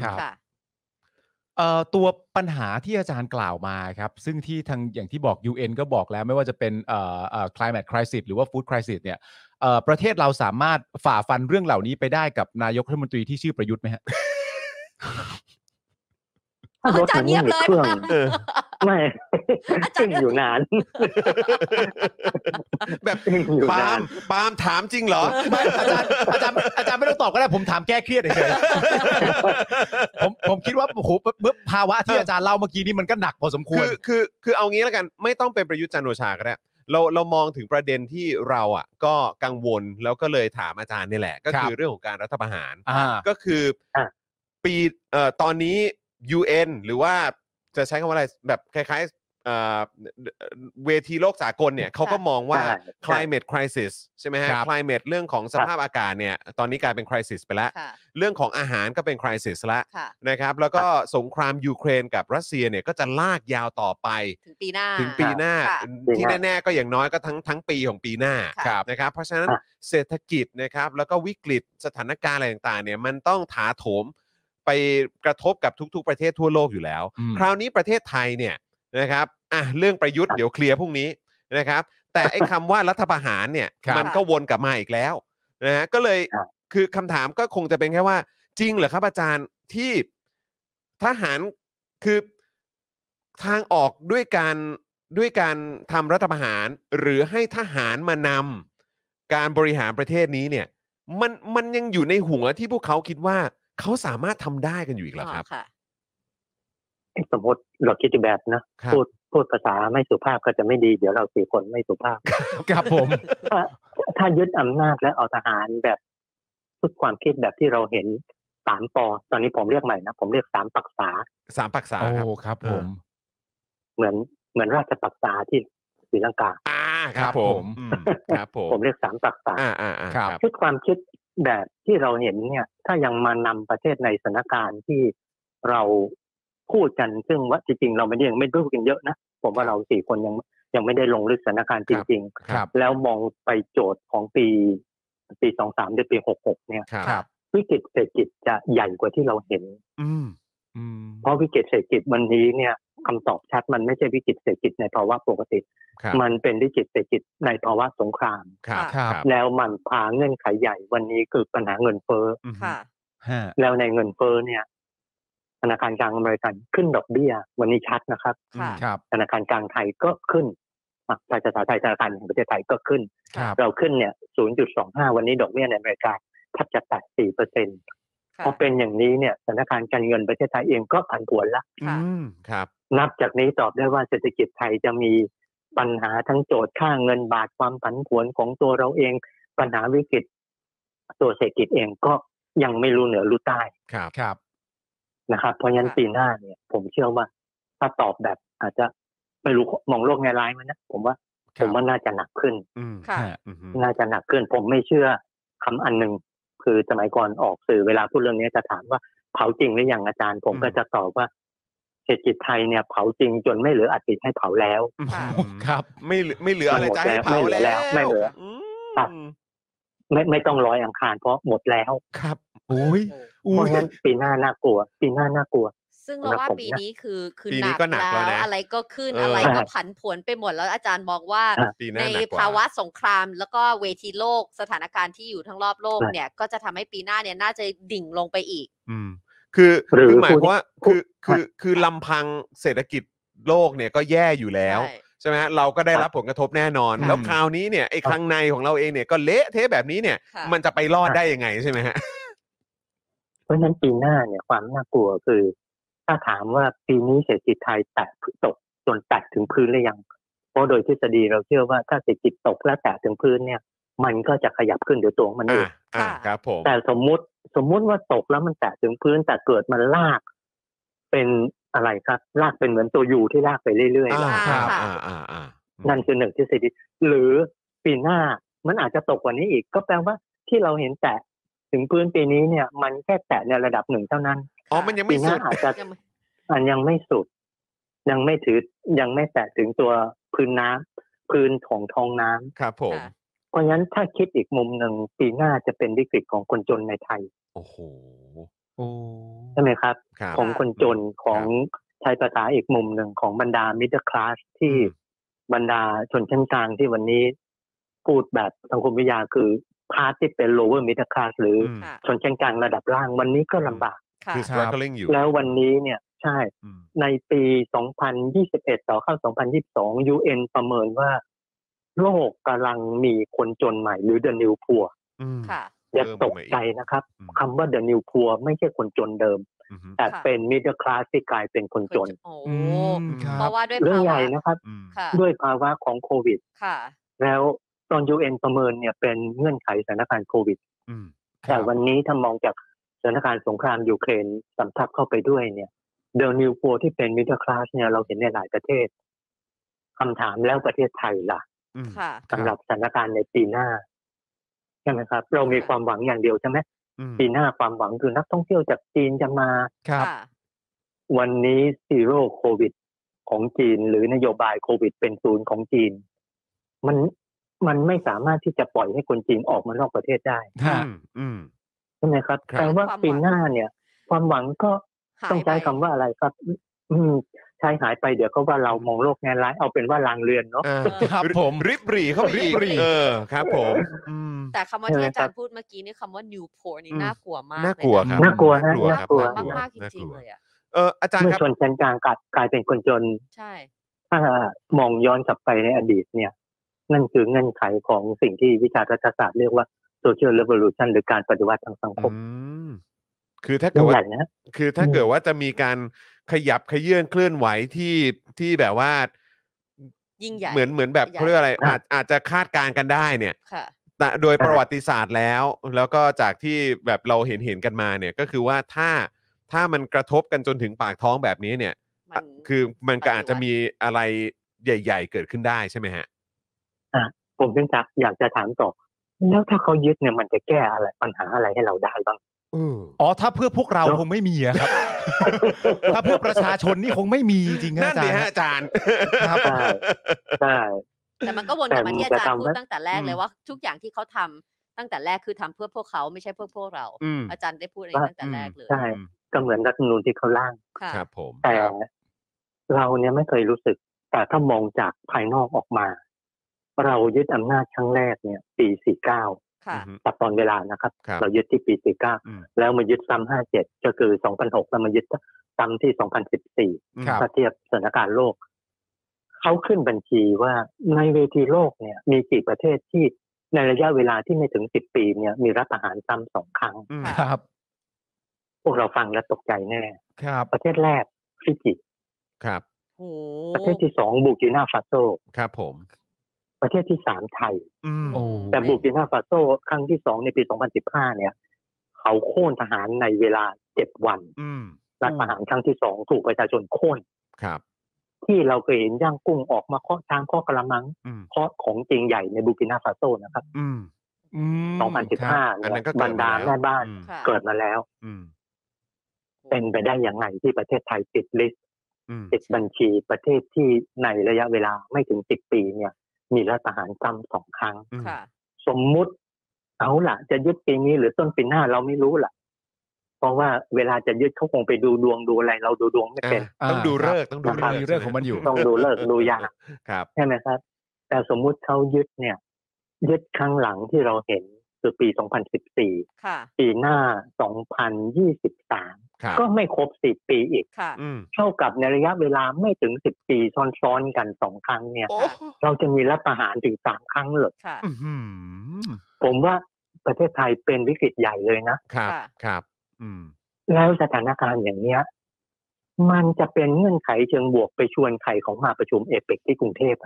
ตัวปัญหาที่อาจารย์กล่าวมาครับซึ่งที่ทางอย่างที่บอก UN ก็บอกแล้วไม่ว่าจะเป็นclimate crisis หรือว่า food crisis เนี่ยประเทศเราสามารถฝ่าฟันเรื่องเหล่านี้ไปได้กับนายกรัฐมนตรีที่ชื่อประยุทธ์ไหมฮะรถมันไม่มีเครื่องไม่ซึ่งอยู่นานแบบปาล์มถามจริงเหรอไม่อาจารย์ไม่ต้องตอบก็ได้ผมถามแก้เครียดเฉยๆผมคิดว่าโอ้โหภาวะที่อาจารย์เล่าเมื่อกี้นี้มันก็หนักพอสมควรคือเอางี้แล้วกันไม่ต้องเป็นประยุทธ์จันทร์โอชาก็ได้เรามองถึงประเด็นที่เราอ่ะก็กังวลแล้วก็เลยถามอาจารย์นี่แหละก็คือเรื่องของการรัฐประหารก็คือปีตอนนี้ UN หรือว่าจะใช้คำว่าอะไรแบบคล้ายๆเวทีโลกสากลเนี่ยเขาก็มองว่า climate crisis ใช่ไหมฮะ climate เรื่องของสภาพอากาศเนี่ยตอนนี้กลายเป็น crisis ไปแล้วเรื่องของอาหารก็เป็น crisis แล้วนะครับแล้วก็สงครามยูเครนกับรัสเซียเนี่ยก็จะลากยาวต่อไปถึงปีหน้าที่แน่ๆก็อย่างน้อยก็ทั้งปีของปีหน้านะครับเพราะฉะนั้นเศรษฐกิจนะครับแล้วก็วิกฤตสถานการณ์อะไรต่างๆเนี่ยมันต้องถาโถมไปกระทบกับทุกๆประเทศทั่วโลกอยู่แล้วคราวนี้ประเทศไทยเนี่ยนะครับเรื่องประยุทธ์เดี๋ยวเคลียร์พรุ่งนี้นะครับแต่ไอ้คำว่ารัฐประหารเนี่ยมันก็วนกลับมาอีกแล้วนะฮะก็เลยคือคำถามก็คงจะเป็นแค่ว่าจริงเหรอครับอาจารย์ที่ทหารคือทางออกด้วยการทำรัฐประหารหรือให้ทหารมานำการบริหารประเทศนี้เนี่ยมันยังอยู่ในหัวที่พวกเขาคิดว่าเขาสามารถทำได้กันอยู่อีกเหรอครับสมมติเราคิดแบบนะพูดภาษาไม่สุภาพก็จะไม่ดีเดี๋ยวเรา4 คนไม่สุภาพครับผมถ้ายึดอำนาจและเอาทหารแบบทุกความคิดแบบที่เราเห็น3 ป.ตอนนี้ผมเรียกใหม่นะผมเรียก3 ปรักษา 3 ปรักษาครับผมเหมือนราชปรักษาที่ศรีลังกาครับผมครับผมเรียก3 ปรักษาชุดความคิดแบบที่เราเห็นเนี่ยถ้ายังมานำประเทศในสถานการณ์ที่เราพูดกันซึ่งว่าจริงๆเราไม่ได้พูดกันเยอะนะผมว่าเรา4 คนยังไม่ได้ลงลึกสถานการณ์จริงๆแล้วมองไปโจทย์ของปี23หรือปี66เนี่ยวิกฤตเศรษฐกิจจะใหญ่กว่าที่เราเห็นเพราะวิกฤตเศรษฐกิจวันนี้เนี่ยคำตอบชัดมันไม่ใช่วิกฤตเศรษฐกิจในภาวะปกติมันเป็นวิกฤตเศรษฐกิจในภาวะสงครามแล้วมันพาเงื่อนไขใหญ่วันนี้คือปัญหาเงินเฟ้อแล้วในเงินเฟ้อเนี่ยธนาคารกลางอเมริกันขึ้นดอกเบี้ยวันนี้ชัดนะครับธนาคารกลางไทยก็ขึ้นภาษาไทยธนาคารแห่งประเทศไทยก็ขึ้นเราขึ้นเนี่ย 0.25 วันนี้ดอกเบี้ยในอเมริกาแทบจะแตะ 4% พอเป็นอย่างนี้เนี่ยสถานการณ์การเงินประเทศไทยเองก็ผันผวนละนับจากนี้ตอบได้ว่าเศรษฐกิจไทยจะมีปัญหาทั้งโจทย์ค่าเงินบาทความผันผวนของตัวเราเองปัญหาวิกฤตตัวเศรษฐกิจเองก็ยังไม่รู้เหนือรู้ใต้นะครับเพราะฉะนั้นปีหน้าเนี่ยผมเชื่อว่าถ้าตอบแบบอาจจะไม่รู้มองโลกแง่ร้ายมั้ยนะผมว่าน่าจะหนักขึ้นน่าจะหนักขึ้นผมไม่เชื่อคำอันนึงคือสมัยก่อนออกสื่อเวลาพูดเรื่องนี้จะถามว่าเผาจริงหรือยังอาจารย์ผมก็จะตอบว่าเศรษฐกิจไทยเนี่ยเผาจริงจนไม่เหลืออัฐิให้เผาแล้วครับไม่เหลืออะไรจะให้เผาแล้วไม่เหลือไม่ต้องลอยอังคารเพราะหมดแล้วครับเพราะฉะนั้นปีหน้าน่ากลัวซึ่งเราว่าปีนี้คือหนักแล้วอะไรก็ขึ้นอะไรก็ผันผวนไปหมดแล้วอาจารย์มองว่าในภาวะสงครามแล้วก็เวทีโลกสถานการณ์ที่อยู่ทั้งรอบโลกเนี่ยก็จะทำให้ปีหน้าเนี่ยน่าจะดิ่งลงไปอีกคือหมายความว่าคือลำพังเศรษฐกิจโลกเนี่ยก็แย่อยู่แล้วใช่ไหมฮะเราก็ได้รับผลกระทบแน่นอนแล้วคราวนี้เนี่ยไอ้ข้างในของเราเองเนี่ยก็เละเทะแบบนี้เนี่ยมันจะไปรอดได้ยังไงใช่ไหมฮะเพราะฉะนั้นปีหน้าเนี่ยความน่ากลัวคือถ้าถามว่าปีนี้เศรษฐกิจไทยตกจนแตะถึงพื้นหรือยังเพราะโดยทฤษฎีเราเชื่อว่าถ้าเศรษฐกิจตกและแตะถึงพื้นเนี่ยมันก็จะขยับขึ้นเดี๋ยวตัวมันเองครับผมแต่สมมุติว่าตกแล้วมันแตะถึงพื้นแต่เกิดมันลากเป็นอะไรครับลากเป็นเหมือนตัวยูที่ลากไปเรื่อยๆนั่นคือหนึ่งทฤษฎีหรือปีหน้ามันอาจจะตกกว่านี้อีกก็แปลว่าที่เราเห็นแตะถึงพื้นปีนี้เนี่ยมันแค่แตะในระดับ1เท่านั้นมันยังไม่สุดอาจจะยังไม่สุดยังไม่แตะถึงตัวพื้นของท้องน้ำครับผมเพราะฉะนั้นถ้าคิดอีกมุมหนึ่งปีหน้าจะเป็นวิกฤตของคนจนในไทยโอ้โหใช่ไหมครับของคนจนของใช้ภาษาอีกมุมหนึ่งของบรรดามิดเดิลคลาสที่บรรดาชนชั้นกลางที่วันนี้พูดแบบสังคมวิทยาคือพาร์ทที่เป็น lower middle class หรือชนชั้นกลางระดับล่างวันนี้ก็ลำบากคือ struggling อยู่แล้ววันนี้เนี่ยใช่ในปี 2021 ต่อเข้า 2022 UN ประเมินว่าโลกกำลังมีคนจนใหม่หรือ the new poor อย่าตกใจนะครับคำว่า the new poor ไม่ใช่คนจนเดิมแต่เป็น middle class ที่กลายเป็นคนจนเพราะว่าด้วยเรื่องภาวะใหญ่นะครับด้วยภาวะของโควิดแล้วตอน UN ประเมินเนี่ยเป็นเงื่อนไขสถานการณ์โควิดแต่วันนี้ถ้ามองจากสถานการณ์สงครามยูเครนสำทับเข้าไปด้วยเนี่ย the new poor ที่เป็น middle class เนี่ยเราเห็นในหลายประเทศคำถามแล้วประเทศไทยล่ะสำหรับสถานการณ์ในปีหน้าใช่ไหมครับเรามีความหวังอย่างเดียวใช่ไหมปีหน้าความหวังคือนักท่องเที่ยวจากจีนจะมาวันนี้ซีโร่โควิดของจีนหรือนโยบายโควิดเป็นศูนย์ของจีนมันไม่สามารถที่จะปล่อยให้คนจีนออกมานอกประเทศได้ใช่ไหมครับแต่ว่าปีหน้าเนี่ยความหวังก็ต้องใช้คำว่าอะไรครับใช้หายไปเดี๋ยวก็ว่าเรามองโลกแง่ร้ายเอาเป็นว่าลางเรือนเนาะครับผมริบหรี่เข้าไปอีกครับผมแต่คำว่าที่อาจารย์พูดเมื่อกี้นี่คำว่า new poor นี่น่ากลัวมากน่ากลัวครับน่ากลัวนะน่ากลัวมากจริงๆเลยอาจารย์ครับเมื่อชนชั้นกลางกลายเป็นคนจนใช่ถ้ามองย้อนกลับไปในอดีตเนี่ยนั่นคือเงื่อนไขของสิ่งที่วิชารัฐศาสตร์เรียกว่า social revolution หรือการปฏิวัติทางสังคมคือถ้าเกิดว่าจะมีการขยับขยื่นเคลื่อนไหวที่แบบว่ายิ่งใหญ่เหมือนแบบเขาเรียกอะไรอาจจะคาดการณ์กันได้เนี่ยแต่โดยประวัติศาสตร์แล้วก็จากที่แบบเราเห็นกันมาเนี่ยก็คือว่าถ้ามันกระทบกันจนถึงปากท้องแบบนี้เนี่ยคือมันก็อาจจะมีอะไรใหญ่ๆเกิดขึ้นได้ใช่ไหมฮะผมเป็นอยากจะถามต่อแล้วถ้าเขายึดเนี่ยมันจะแก้อะไรปัญหาอะไรให้เราได้บ้างถ้าเพื่อพวกเราคงไม่มีครับถ้าเพื่อประชาชนนี่คงไม่มีจริงๆนั่นดิฮะอาจารย์ครับใช่แต่มันก็วนกลับมาที่อาจารย์พูดตั้งแต่แรกเลยว่าทุกอย่างที่เขาทำตั้งแต่แรกคือทำเพื่อพวกเขาไม่ใช่เพื่อพวกเราอาจารย์ได้พูดเองตั้งแต่แรกเลยใช่ก็เหมือนรัฐธรรมนูญที่เขาร่างครับผมแต่เราเนี่ยไม่เคยรู้สึกแต่ถ้ามองจากภายนอกออกมาเรายึดอำนาจครั้งแรกเนี่ยปี49ตัดตอนเวลานะครับเรายึดที่ปี49แล้วมายึดซ้ำ57ก็คือ2006แล้วมายึดซ้ำที่2014ถ้าเทียบสถานการณ์โลกเขาขึ้นบัญชีว่าในเวทีโลกเนี่ยมีกี่ประเทศที่ในระยะเวลาที่ไม่ถึง10 ปีเนี่ยมีรัฐประหารซ้ำ2 ครั้งครับพวกเราฟังแล้วตกใจแน่ประเทศแรกฟิจิครับประเทศที่2บูกินาฟาโซครับผมประเทศที่3ไทยแต่บูกินาฟาโซครั้งที่2ในปี2015เนี่ยเขาโค่นทหารในเวลา7 วันรัฐประหารครั้งที่2ถูกประชาชนโค่นครับที่เราเคยเห็นย่างกุ้งออกมาเคาะช้างเคาะกระมังเคาะของจริงใหญ่ในบูกินาฟาโซนะครับ2015เนี่ยบรรดาแม่บ้านเกิดมาแล้วเป็นไปได้อย่างไรที่ประเทศไทยติดลิสต์ติดบัญชีประเทศที่ในระยะเวลาไม่ถึง10 ปีเนี่ยมีรัฐประหารซ้ำ2 ครั้งสมมุติเอาล่ะจะยึดปีนี้หรือต้นปีหน้าเราไม่รู้ล่ะเพราะว่าเวลาจะยึดเขาคงไปดูดวงดูอะไรเราดูดวงไม่เป็นต้องดูฤกษ์ต้องดูฤกษ์ของมันอยู่ต้องดูฤกษ์ดูยามใช่ไหมครับแต่สมมุติเขายึดเนี่ยยึดครั้งหลังที่เราเห็นคือปี2014ปีหน้า2023ก็ไม่ครบ10 ปีอีกเท่ากับในระยะเวลาไม่ถึง10 ปีซ้อนๆกัน2 ครั้งเนี่ยเราจะมีรัฐประหารถึง3 ครั้งเลยผมว่าประเทศไทยเป็นวิกฤตใหญ่เลยนะครับแล้วสถานการณ์อย่างเนี้ยมันจะเป็นเงื่อนไขเชิงบวกไปชวนใครของมาประชุมเอเปกที่กรุงเทพ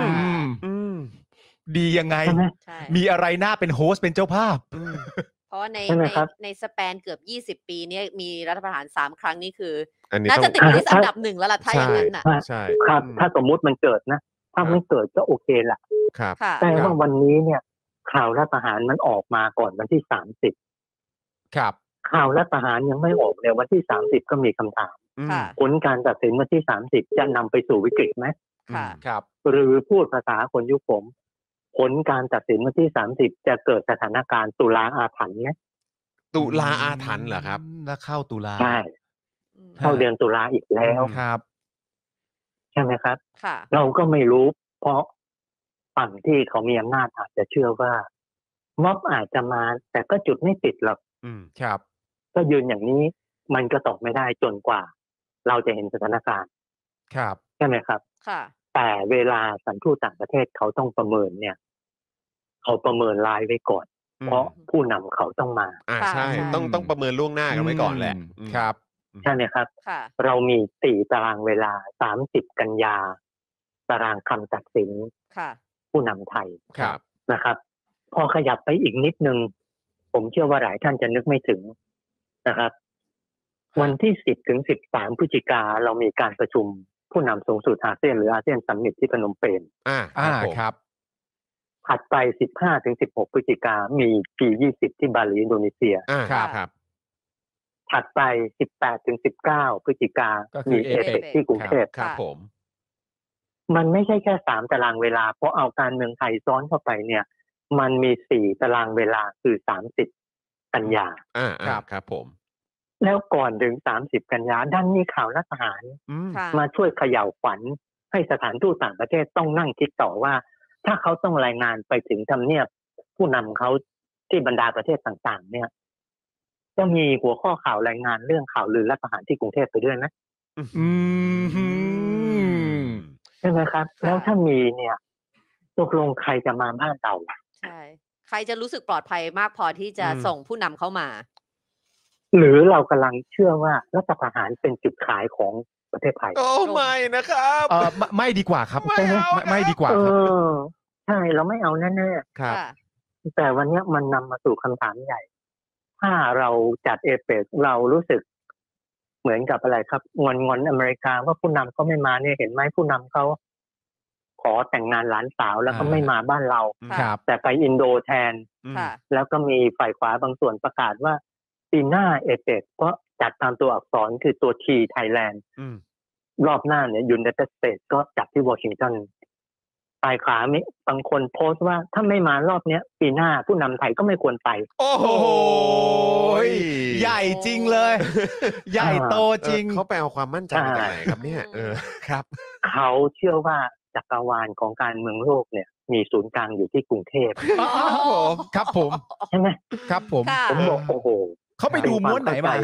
ดียังไงมีอะไรน่าเป็นโฮสต์เป็นเจ้าภาพเพราะในสแปนเกือบ20 ปีเนี่ยมีรัฐประหาร3 ครั้งนี่คือน่าจะติดลิสต์อันดับ1แล้วล่ะถ้าอย่างนั้นน่ะใช่ครับถ้าสมมุติมันเกิดนะถ้าไม่เกิดก็โอเคล่ะแต่ว่าวันนี้เนี่ยข่าวรัฐประหารมันออกมาก่อนวันที่30 ครับข่าวรัฐประหารยังไม่ออกเนี่ยวันที่30ก็มีคำถามผลการตัดสินวันที่30จะนำไปสู่วิกฤตไหมครับหรือพูดภาษาคนยุคผมผลการตัดสินวันที่30จะเกิดสถานการณ์ตุลาอาถรรพ์ไหมตุลาอาถรรพ์เหรอครับแล้วเข้าตุลาใช่เข้าเดือนตุลาอีกแล้วครับใช่ไหมครับเราก็ไม่รู้เพราะฝั่งที่เขามีอำนาจอาจจะเชื่อว่าม็อบอาจจะมาแต่ก็จุดไม่ติดหรอกครับก็ยืนอย่างนี้มันก็ตกไม่ได้จนกว่าเราจะเห็นสถานการณ์ครับใช่ไหมครับแต่เวลาสถานทูตต่างประเทศเขาต้องประเมินเนี่ยเขาประเมินรายไว้ก่อนเพราะผู้นำเขาต้องมาใช่ต้องประเมินล่วงหน้ากันไว้ก่อนแหละครับใช่ไหมครับเรามี4 ตารางเวลา30 กันยาตารางคำตัดสินผู้นำไทยนะครับพอขยับไปอีกนิดนึงผมเชื่อว่าหลายท่านจะนึกไม่ถึงนะครับวันที่10 ถึง 13 พฤศจิกาเรามีการประชุมผู้นำสูงสุดอาเซียนหรืออาเซียนซัมมิตที่พนมเปญครับถัดไป15 ถึง 16 พฤศจิกามี G20 ที่บาหลีอินโดนีเซียครับถัดไป18 ถึง 19 พฤศจิกามีเอเปกที่กรุงเทพครับผมมันไม่ใช่แค่3 ตารางเวลาเพราะเอาการเมืองไทยซ้อนเข้าไปเนี่ยมันมี4 ตารางเวลาคือ30 กันยาครับผมแล้วก่อนถึง30 กันยาด้านมีข่าวรัฐประหารมาช่วยเขย่าขวัญให้สถานทูตต่างประเทศต้องนั่งคิดต่อว่าถ้าเขาต้องรายงานไปถึงทำเนียบผู้นำเขาที่บรรดาประเทศต่างๆเนี่ยจะมีหัวข้อข่าวรายงานเรื่องข่าวลือรัฐประหารที่กรุงเทพไปด้วยไหมใช่ไหมครับแล้วถ้ามีเนี่ยตกลงใครจะมาบ้านเราใช่ใครจะรู้สึกปลอดภัยมากพอที่จะส่งผู้นำเข้ามาหรือเรากำลังเชื่อว่ารัฐประหารเป็นจุดขายของประเทศไทยโอ้ไม่นะครับไม่ดีกว่าครับไม่ดีกว่าครับใช่เราไม่เอาแน่ๆครับแต่วันนี้มันนำมาสู่คำถามใหญ่ถ้าเราจัดเอเปกเรารู้สึกเหมือนกับอะไรครับงอนอเมริกาว่าผู้นำเขาไม่มาเนี่ยเห็นไหมผู้นำเขาขอแต่งงานหลานสาวแล้วก็ไม่มาบ้านเราแต่ไปอินโดแทนแล้วก็มีฝ่ายขวาบางส่วนประกาศว่าปีหน้าเอเปกก็จัดตามตัวอักษรคือตัวทีไทยแลนด์รอบหน้าเนี่ยยูไนเต็ดสเตทส์ก็จัดที่วอชิงตันฝ่ายขวาบางคนโพสต์ว่าถ้าไม่มารอบเนี้ยปีหน้าผู้นำไทยก็ไม่ควรไปโอ้โหใหญ่จริงเลยใหญ่โตจริงเขาไปเอาความมั่นใจมาจากไหนครับเนี่ยครับเขาเชื่อว่าจักรวาลของการเมืองโลกเนี่ยมีศูนย์กลางอยู่ที่กรุงเทพครับผมใช่ไหมครับผมบอกโอ้โหเขาไปดูม้วนไหนมา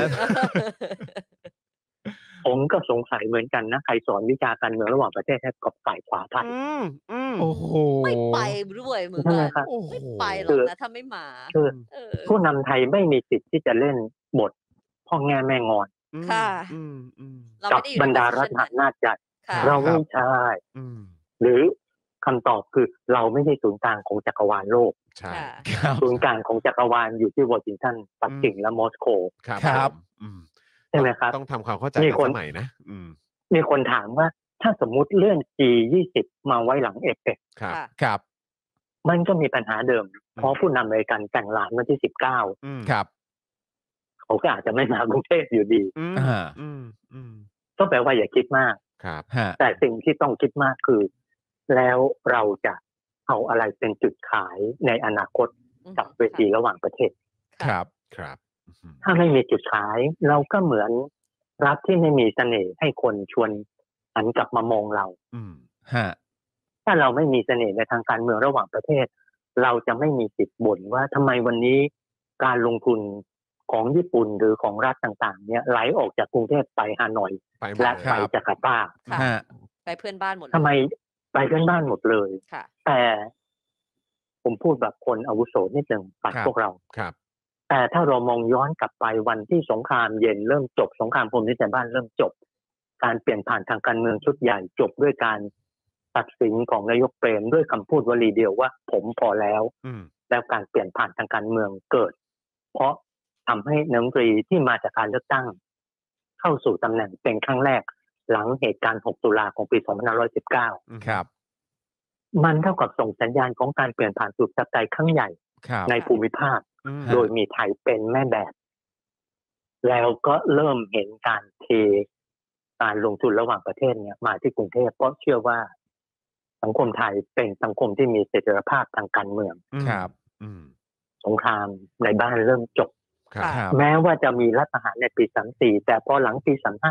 ผมก็สงสัยเหมือนกันนะใครสอนวิชาการเมืองระหว่างประเทศให้กับฝ่ายขวาไทยโอ้โหไม่ไปด้วยเหมือนกันไม่ไปหรอกนะถ้าไม่มาผู้นำไทยไม่มีสิทธิ์ที่จะเล่นบทพ่อแง่แม่งอนกับบรรดารัฐอำนาจใหญ่เราไม่ใช่หรือคำตอบคือเราไม่ใช่ศูนย์กลางของจักรวาลโลกศูนย์กลางของจักรวาลอยู่ที่วอชิงตันปักกิ่งและมอสโกครับใช่ไหมครับต้องทำความเข้าใจกันสมัยนะมีคนถามว่าถ้าสมมุติเลื่อน G20 มาไว้หลังเอเปกครับมันก็มีปัญหาเดิมเพราะผู้นำอเมริกันแต่งหลานวันที่19 ครับเขาก็อาจจะไม่มากรุงเทพอยู่ดีก็แปลว่าอย่าคิดมากครับแต่สิ่งที่ต้องคิดมากคือแล้วเราจะเอาอะไรเป็นจุดขายในอนาคตกับเวทีระหว่างประเทศครับถ้าไม่มีจุดขายเราก็เหมือนรัฐที่ไม่มีเสน่ห์ให้คนชวนหันกลับมามองเราถ้าเราไม่มีเสน่ห์ในทางการเมืองระหว่างประเทศเราจะไม่มีสิทธิ์บ่นว่าทำไมวันนี้การลงทุนของญี่ปุ่นหรือของรัฐต่างๆเนี่ยไหลออกจากกรุงเทพไปฮานอยและไปจาการ์ตาไปเพื่อนบ้านหมดทำไมไปเพื่อนบ้านหมดเลยแต่ผมพูดแบบคนอาวุโสนิดนึงปัดพวกเราแต่ถ้าเรามองย้อนกลับไปวันที่สงครามเย็นเริ่มจบสงครามพรมนิติบ้านเริ่มจบการเปลี่ยนผ่านทางการเมืองชุดใหญ่จบด้วยการตัดสินของนายกเปรมด้วยคำพูดวลีเดียวว่าผมพอแล้วแล้วการเปลี่ยนผ่านทางการเมืองเกิดเพราะทำให้นายกรัฐมนตรีที่มาจากการเลือกตั้งเข้าสู่ตำแหน่งเป็นครั้งแรกหลังเหตุการณ์6 ตุลาของปี 2519 ครับมันเท่ากับส่งสัญญาณของการเปลี่ยนผ่านสู่ประชาธิปไตยครั้งใหญ่ในภูมิภาคโดยมีไทยเป็นแม่แบบแล้วก็เริ่มเห็นการเทการลงทุนระหว่างประเทศเนี่ยมาที่กรุงเทพเพราะเชื่อว่าสังคมไทยเป็นสังคมที่มีเสถียรภาพทางการเมืองครับสงครามในบ้านเริ่มจบแม้ว่าจะมีรัฐประหารในปี34แต่พอหลังปี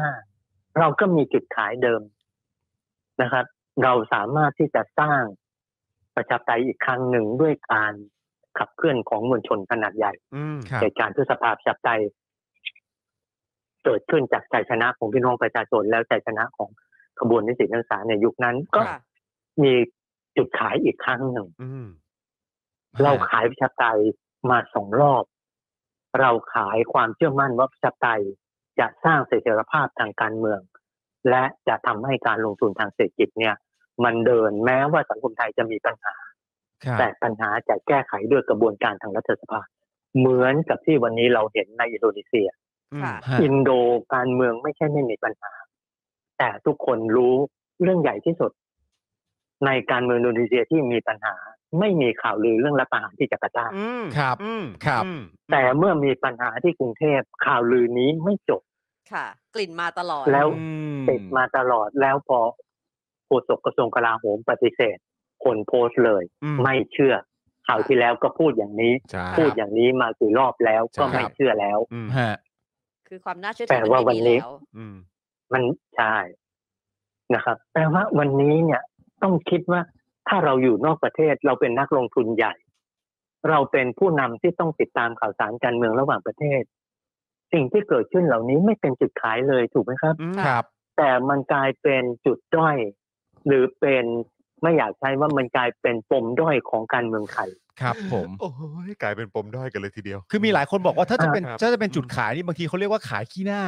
35เราก็มีจุดขายเดิมนะครับเราสามารถที่จะสร้างประชาธิปไตยอีกครั้งหนึ่งด้วยการขับเคลื่อนของมวลชนขนาดใหญ่เหตุการณ์พฤษภาประชาธิปไตยเกิดขึ้นจากชัยชนะของพี่น้องประชาชนแล้วชัยชนะของขบวนนิสิตนักศึกษาในยุคนั้นก็มีจุดขายอีกครั้งหนึ่งเราขายประชาธิปไตยมา2 รอบเราขายความเชื่อมั่นว่าประชาธิปไตยจะสร้างเสถียรภาพทางการเมืองและจะทำให้การลงทุนทางเศรษฐกิจเนี่ยมันเดินแม้ว่าสังคมไทยจะมีปัญหาแต่ปัญหาจะแก้ไขด้วยกระบวนการทางรัฐสภาเหมือนกับที่วันนี้เราเห็นในอินโดนีเซียอินโดการเมืองไม่ใช่ไม่มีปัญหาแต่ทุกคนรู้เรื่องใหญ่ที่สุดในการเมืองอินโดนีเซียที่มีปัญหาไม่มีข่าวลือเรื่องรัฐประหารที่จาการ์ตาครับครับแต่เมื่อมีปัญหาที่กรุงเทพข่าวลือนี้ไม่จบค่ะกลิ่นมาตลอดแล้วติดมาตลอดแล้วพอโฆษกกระทรวงกลาโหมปฏิเสธคนโพสต์เลยไม่เชื่อข่าวที่แล้วก็พูดอย่างนี้พูดอย่างนี้มากี่รอบแล้วก็ไม่เชื่อแล้วคือความน่าเชื่อถือแต่ว่าวันนี้มันใช่นะครับแปลว่าวันนี้เนี่ยต้องคิดว่าถ้าเราอยู่นอกประเทศเราเป็นนักลงทุนใหญ่เราเป็นผู้นำที่ต้องติดตามข่าวสารการเมืองระหว่างประเทศสิ่งที่เกิดขึ้นเหล่านี้ไม่เป็นจุดขายเลยถูกไหมครับครับแต่มันกลายเป็นจุดด้อยหรือเป็นไม่อยากใช้ว่ามันกลายเป็นปมด้อยของการเมืองไทยครับผมโอ้ยกลายเป็นปมด้อยกันเลยทีเดียวคือมีหลายคนบอกว่าถ้าจะเป็นจุดขายนี่บางทีเขาเรียกว่าขายขี้หน้า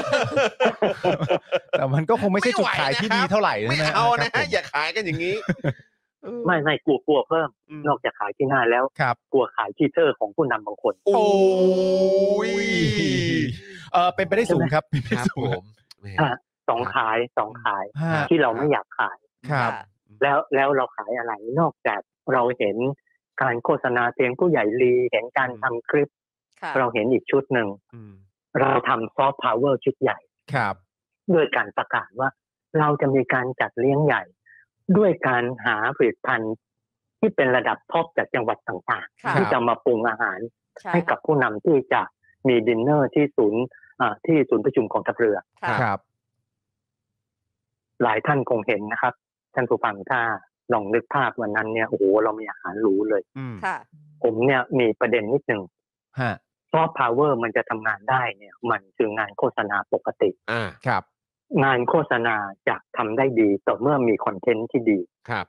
แต่มันก็คงไม่ใช่จุดขายที่ดีเท่าไหร่ไม่เอานะอย่าขายกันอย่างนี้ไม่กลัวเพิ่มนอกจากขายที่หน้าแล้วกลัวขายที่เธอของผู้นำบางคนโอ้ยเป็นไปได้สูงครับเป็นไปได้สูงสองขายที่เราไม่อยากขายครับแล้วเราขายอะไรนอกจากเราเห็นการโฆษณาเพลงผู้ใหญ่ลีเห็นการทำคลิปเราเห็นอีกชุดหนึ่งเราทำซอฟต์พาวเวอร์ชุดใหญ่ครับด้วยการประกาศว่าเราจะมีการจัดเลี้ยงใหญ่ด้วยการหาผลิตภัณฑ์ที่เป็นระดับท็อปจากจังหวัดต่างๆที่จะมาปรุงอาหารให้กับผู้นำที่จะมีดินเนอร์ที่ศูนย์ประชุมกองทัพเรือครับหลายท่านคงเห็นนะครับท่านผู้ฟังถ้าลองนึกภาพวันนั้นเนี่ยโอ้โหเรามีอาหารหรูเลยผมเนี่ยมีประเด็นนิดนึงซอฟต์พาวเวอร์มันจะทำงานได้เนี่ยมันคืองานโฆษณาปกติครับงานโฆษณาจะทำได้ดีต่อเมื่อมีคอนเทนต์ที่ดีครับ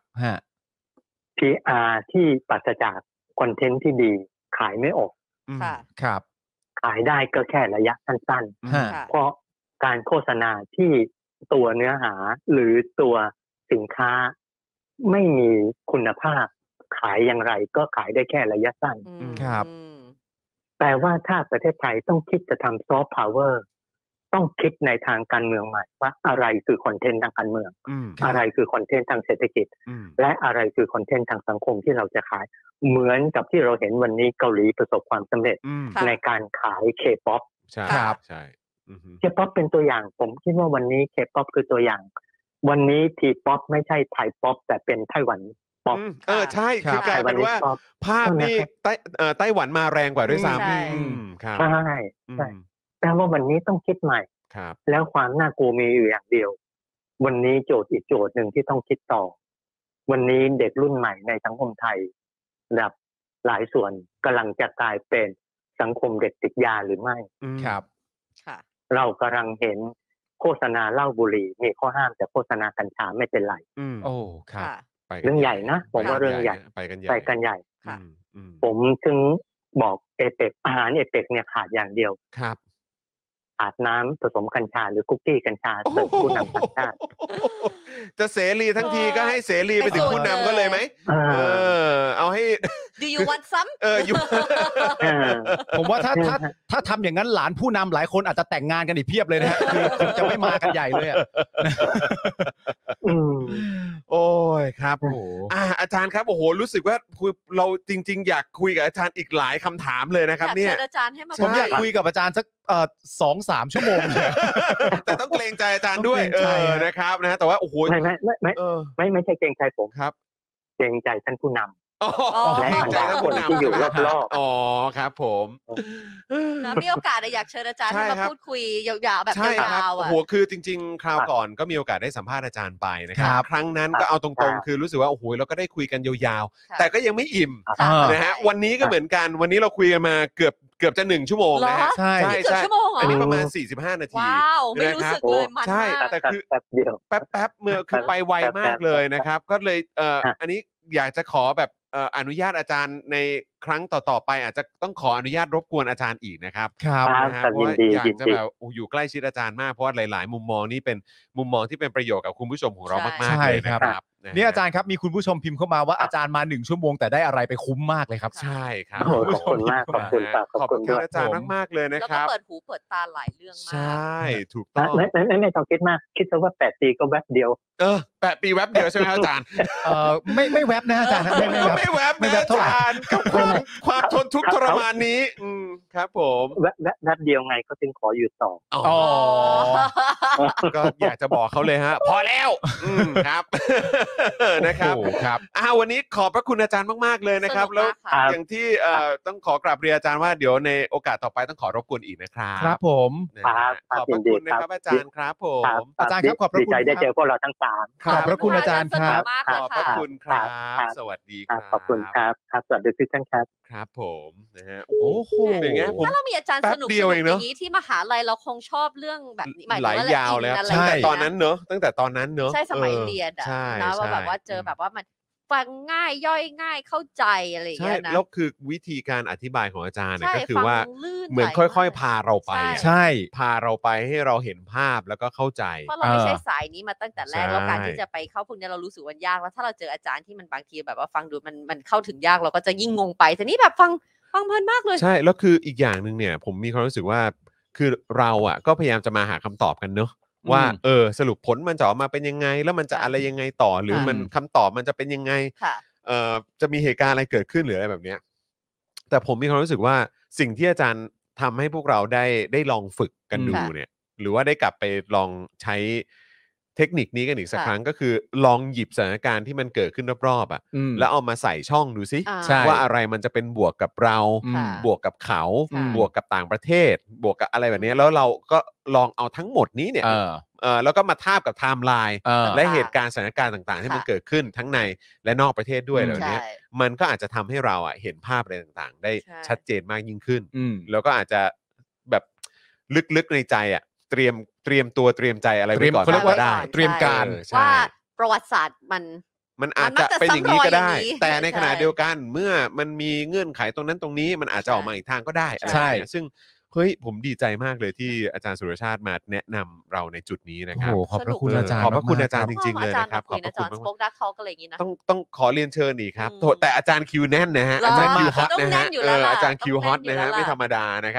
PR ที่ปราศจากคอนเทนต์ที่ดีขายไม่ออกครับขายได้ก็แค่ระยะสั้นๆเพราะการโฆษณาที่ตัวเนื้อหาหรือตัวสินค้าไม่มีคุณภาพขายอย่างไรก็ขายได้แค่ระยะสั้นครับแต่ว่าถ้าประเทศไทยต้องคิดจะทำซอฟต์พาวเวอร์ต้องคิดในทางการเมืองใหม่ว่าอะไรคือคอนเทนต์ทางการเมืองอะไรคือคอนเทนต์ทางเศรษฐกิจและอะไรคือคอนเทนต์ทางสังคมที่เราจะขายเหมือนกับที่เราเห็นวันนี้เกาหลีประสบความสำเร็จในการขาย K-POP ใช่ใช่ K-POP เป็นตัวอย่างผมคิดว่าวันนี้ K-POP คือตัวอย่างวันนี้ T-POP ไม่ใช่ไทยป๊อปแต่เป็นไต้หวันป๊อปใช่คือกลายเป็นว่าภาพนี่ไต้หวันมาแรงกว่าด้วยซ้ำใช่แต่ว่าวันนี้ต้องคิดใหม่แล้วความน่ากลัวมีอยู่อย่างเดียววันนี้โจทย์อีกโจทย์หนึ่งที่ต้องคิดต่อวันนี้เด็กรุ่นใหม่ในสังคมไทยแบบหลายส่วนกำลังจะกลายเป็นสังคมเด็กติดยาหรือไม่ครับเรากำลังเห็นโฆษณาเหล้าบุหรี่มีข้อห้ามแต่โฆษณากัญชาไม่เป็นไรโอ้ครับเรื่องใหญ่นะผมว่าเรื่องใหญ่ไปกันใหญ่ผมถึงบอกเอเปกอาหารเอเปกเนี่ยขาดอย่างเดียวครับขาดน้ำผสมกัญชาหรือคุกกี้กัญชาเสิร์ฟผู้นำต่างชาติจะเสรีทั้งทีก็ให้เสรีไปถึงผู้นำก็เลยไหมเอาให้ Do you want some ผมว่าถ้าทำอย่างนั้นหลานผู้นำหลายคนอาจจะแต่งงานกันอีกเพียบเลยนะฮะคือจะไม่มากันใหญ่เลยโอ้ยครับโอ้โหอาจารย์ครับโอ้โหรู้สึกว่าเราจริงๆอยากคุยกับอาจารย์อีกหลายคำถามเลยนะครับเนี่ยอาจารย์ให้มาผมอยากคุยกับอาจารย์สัก2-3 ชั่วโมงแต่ต้องเกรงใจอาจารย์ด้วยนะครับนะแต่ว่าโอ้โหไม่ใช่เกรงใจผมครับเกรงใจท่านผู้นำและบรรดาคนที่อยู่รอบๆอ๋อครับผมมีโอกาสอยากเชิญอาจารย์มาพูดคุยยาวๆแบบยาวๆโอ้โหคือจริงๆคราวก่อนก็มีโอกาสได้สัมภาษณ์อาจารย์ไปนะครับครั้งนั้นก็เอาตรงๆคือรู้สึกว่าโอ้โหเราก็ได้คุยกันยาวๆแต่ก็ยังไม่อิ่มนะฮะวันนี้ก็เหมือนกันวันนี้เราคุยกันมาเกือบจะ1 ชั่วโมงนะฮะใช่อันนี้ประมาณ45 นาทีว้าวไม่รู้สึกเลยมันใช่แต่คือแป๊บเมื่อคือไปไวมากเลยนะครับก็เลยอันนี้อยากจะขอแบบอนุญาตอาจารย์ในครั้งต่อๆไปอาจจะต้องขออนุญาตรบกวนอาจารย์อีกนะครับครับนะฮะเพราะว่าอยากจะแบบอยู่ใกล้ชิดอาจารย์มากเพราะว่าหลายๆมุมมองนี่เป็นมุมมองที่เป็นประโยชน์กับคุณผู้ชมของเรามากๆเลยนะครับนี่อาจารย์ครับมีคุณผู้ชมพิมพ์เข้ามาว่าอาจารย์มา1 ชั่วโมงแต่ได้อะไรไปคุ้มมากเลยครับใช่ครับขอบคุณมากขอบคุณครับขอบคุณอาจารย์มากๆเลยนะแล้วคก็รับเปิดหูเปิดตาหลายเรื่องมากใช่ถูกต้องไม่ต้องคิดมากคิดซะว่า8 ปีก็แวบเดียว 8 ปีแวบเดียวใช่ไหมอาจารย์ไม่แวบนะอาจารย์นะไม่แวบไม่แวบไม่นะแวบอาเท่าไหร่จารย์กับความทนทุกข์ทรมานนี้ครับผมแวบเดียวไงก็ถึงขออยู่ต่ออ๋อก็อยากจะบอกเขาเลยฮะพอแล้วครับ นะครับโอ้โหครับวันนี้ขอบพระคุณอาจารย์มากๆเลยนะครับสนุกแล้วมากค่ะอย่างที่ต้องขอกราบเรียนอาจารย์ว่าเดี๋ยวในโอกาสต่อไปต้องขอรบกวนอีกนะครับครับผมนะฮะขอบพระคุณนะครับอาจารย์ครับผมอาจารย์ครับขอบพระดีคุณใจได้ครับเจอพวกเราทั้ง3 ขอบพระคุณอาจารย์ครับสนุกมากขเลยอบพค่ะระคุณครับครับสวัสดีคครัรับ บขอบคุณครับครับสวัสดีทุกท่านครับครับผมนะฮะโอ้โหเป็นไงผมถ้าเรามีอาจารย์แป๊บสนุกเดียวเองอเนอะย่างนี้ที่มหาลัยเราคงชอบเรื่องแบบนี้หมายหถึลาง ยว่ายาวแล้วอะไรตั้งแต่ย่างตเงี้อนนั้นเนอะตั้งแต่ตอนนั้นเนอะใช่สมัยเรียนอะใช่นะว่าใช่แบบว่าเจอแบบว่ามันฟังง่ายย่อยง่ายเข้าใจอะไรอย่างใช่เงี้ยนะแล้วคือวิธีการอธิบายของอาจารย์เนี่ยใช่ก็คือฟังว่าลื่นเหมือนไหลค่อยมากๆ พาเราไปใช่อะใช่พาเราไปให้เราเห็นภาพแล้วก็เข้าใจเพราะเราไม่ใช่สายนี้มาตั้งแต่แรกใช่แล้วการที่จะไปเข้าพวกนี้เรารู้สึกว่ายากแล้วถ้าเราเจออาจารย์ที่มันบางทีแบบว่าฟังดูมันเข้าถึงยากเราก็จะยิ่งงงไปแต่นี่แบบฟังเพลินมากเลยใช่แล้วคืออีกอย่างหนึ่งเนี่ยผมมีความรู้สึกว่าคือเราอ่ะก็พยายามจะมาหาคำตอบกันเนอะว่าสรุปผลมันจะออกมาเป็นยังไง แล้วมันจะค่ะอะไรยังไงต่อหรือมันคำตอบมันจะเป็นยังไงค่ะจะมีเหตุการณ์อะไรเกิดขึ้นหรืออะไรแบบเนี้ยแต่ผมมีความรู้สึกว่าสิ่งที่อาจารย์ทำให้พวกเราได้ลองฝึกกันดูค่ะเนี่ยหรือว่าได้กลับไปลองใช้เทคนิคนี้กันอีกสักค่ะครั้งก็คือลองหยิบสถานการณ์ที่มันเกิดขึ้นรอบๆอ่ะอืมแล้วเอามาใส่ช่องดูซิอ่าใช่ว่าอะไรมันจะเป็นบวกกับเราค่ะบวกกับเขาค่ะบวกกับต่างประเทศ บวกกับอะไรแบบนี้แล้วเราก็ลองเอาทั้งหมดนี้เนี่ย แล้วก็มาทาบกับไทม์ไลน์ และเหตุการณ์สถานการณ์ต่างๆ ที่มันเกิดขึ้นทั้งในและนอกประเทศด้วยอืมเหล่านี้ใช่มันก็อาจจะทำให้เราเห็นภาพอะไรต่างๆ ได้ใช่ชัดเจนมากยิ่งขึ้นอืมแล้วก็อาจจะแบบลึกๆในใจเตรียมตัวเตรียมใจอะไรไว้ก่อนเขาเรียกว่าได้เตรียมการใช่ว่าประวัติศาสตร์มันอาจจะเป็นอย่างนี้ก็ได้มันมักจะซ้ำรอยอย่างนี้แต่ในขณะใช่เดียวกันเมื่อมันมีเงื่อนไขตรงนั้นตรงนี้มันอาจจะออกมาอีกทางก็ได้อะไรใช่แบบเนี้ยซึ่งเฮ้ยผมดีใจมากเลยที่อาจารย์สุรชาติมาแนะนำเราในจุดนี้นะโอ้คโหรับขอบพระคุณเอออาจารย์ขอบพระคุณมกๆอาจารย์คจบริงๆเลยนะครับอาจารย์มาคุยนะจอนขอบพระคุณสปอคดักทอลก็อะไรอย่างนี้นะต้องขอเรียนเชิญอีกครับอืมแต่อาจารย์คิวแน่นนะฮะเหรออาจารย์คิวฮอตต้องนะแน่ฮะนอยู่แล้วล่ะอาจารย์คิวฮอตต้องแน่นอยู่นะฮะแล้วล่ะไม่ธรรมดานะครับ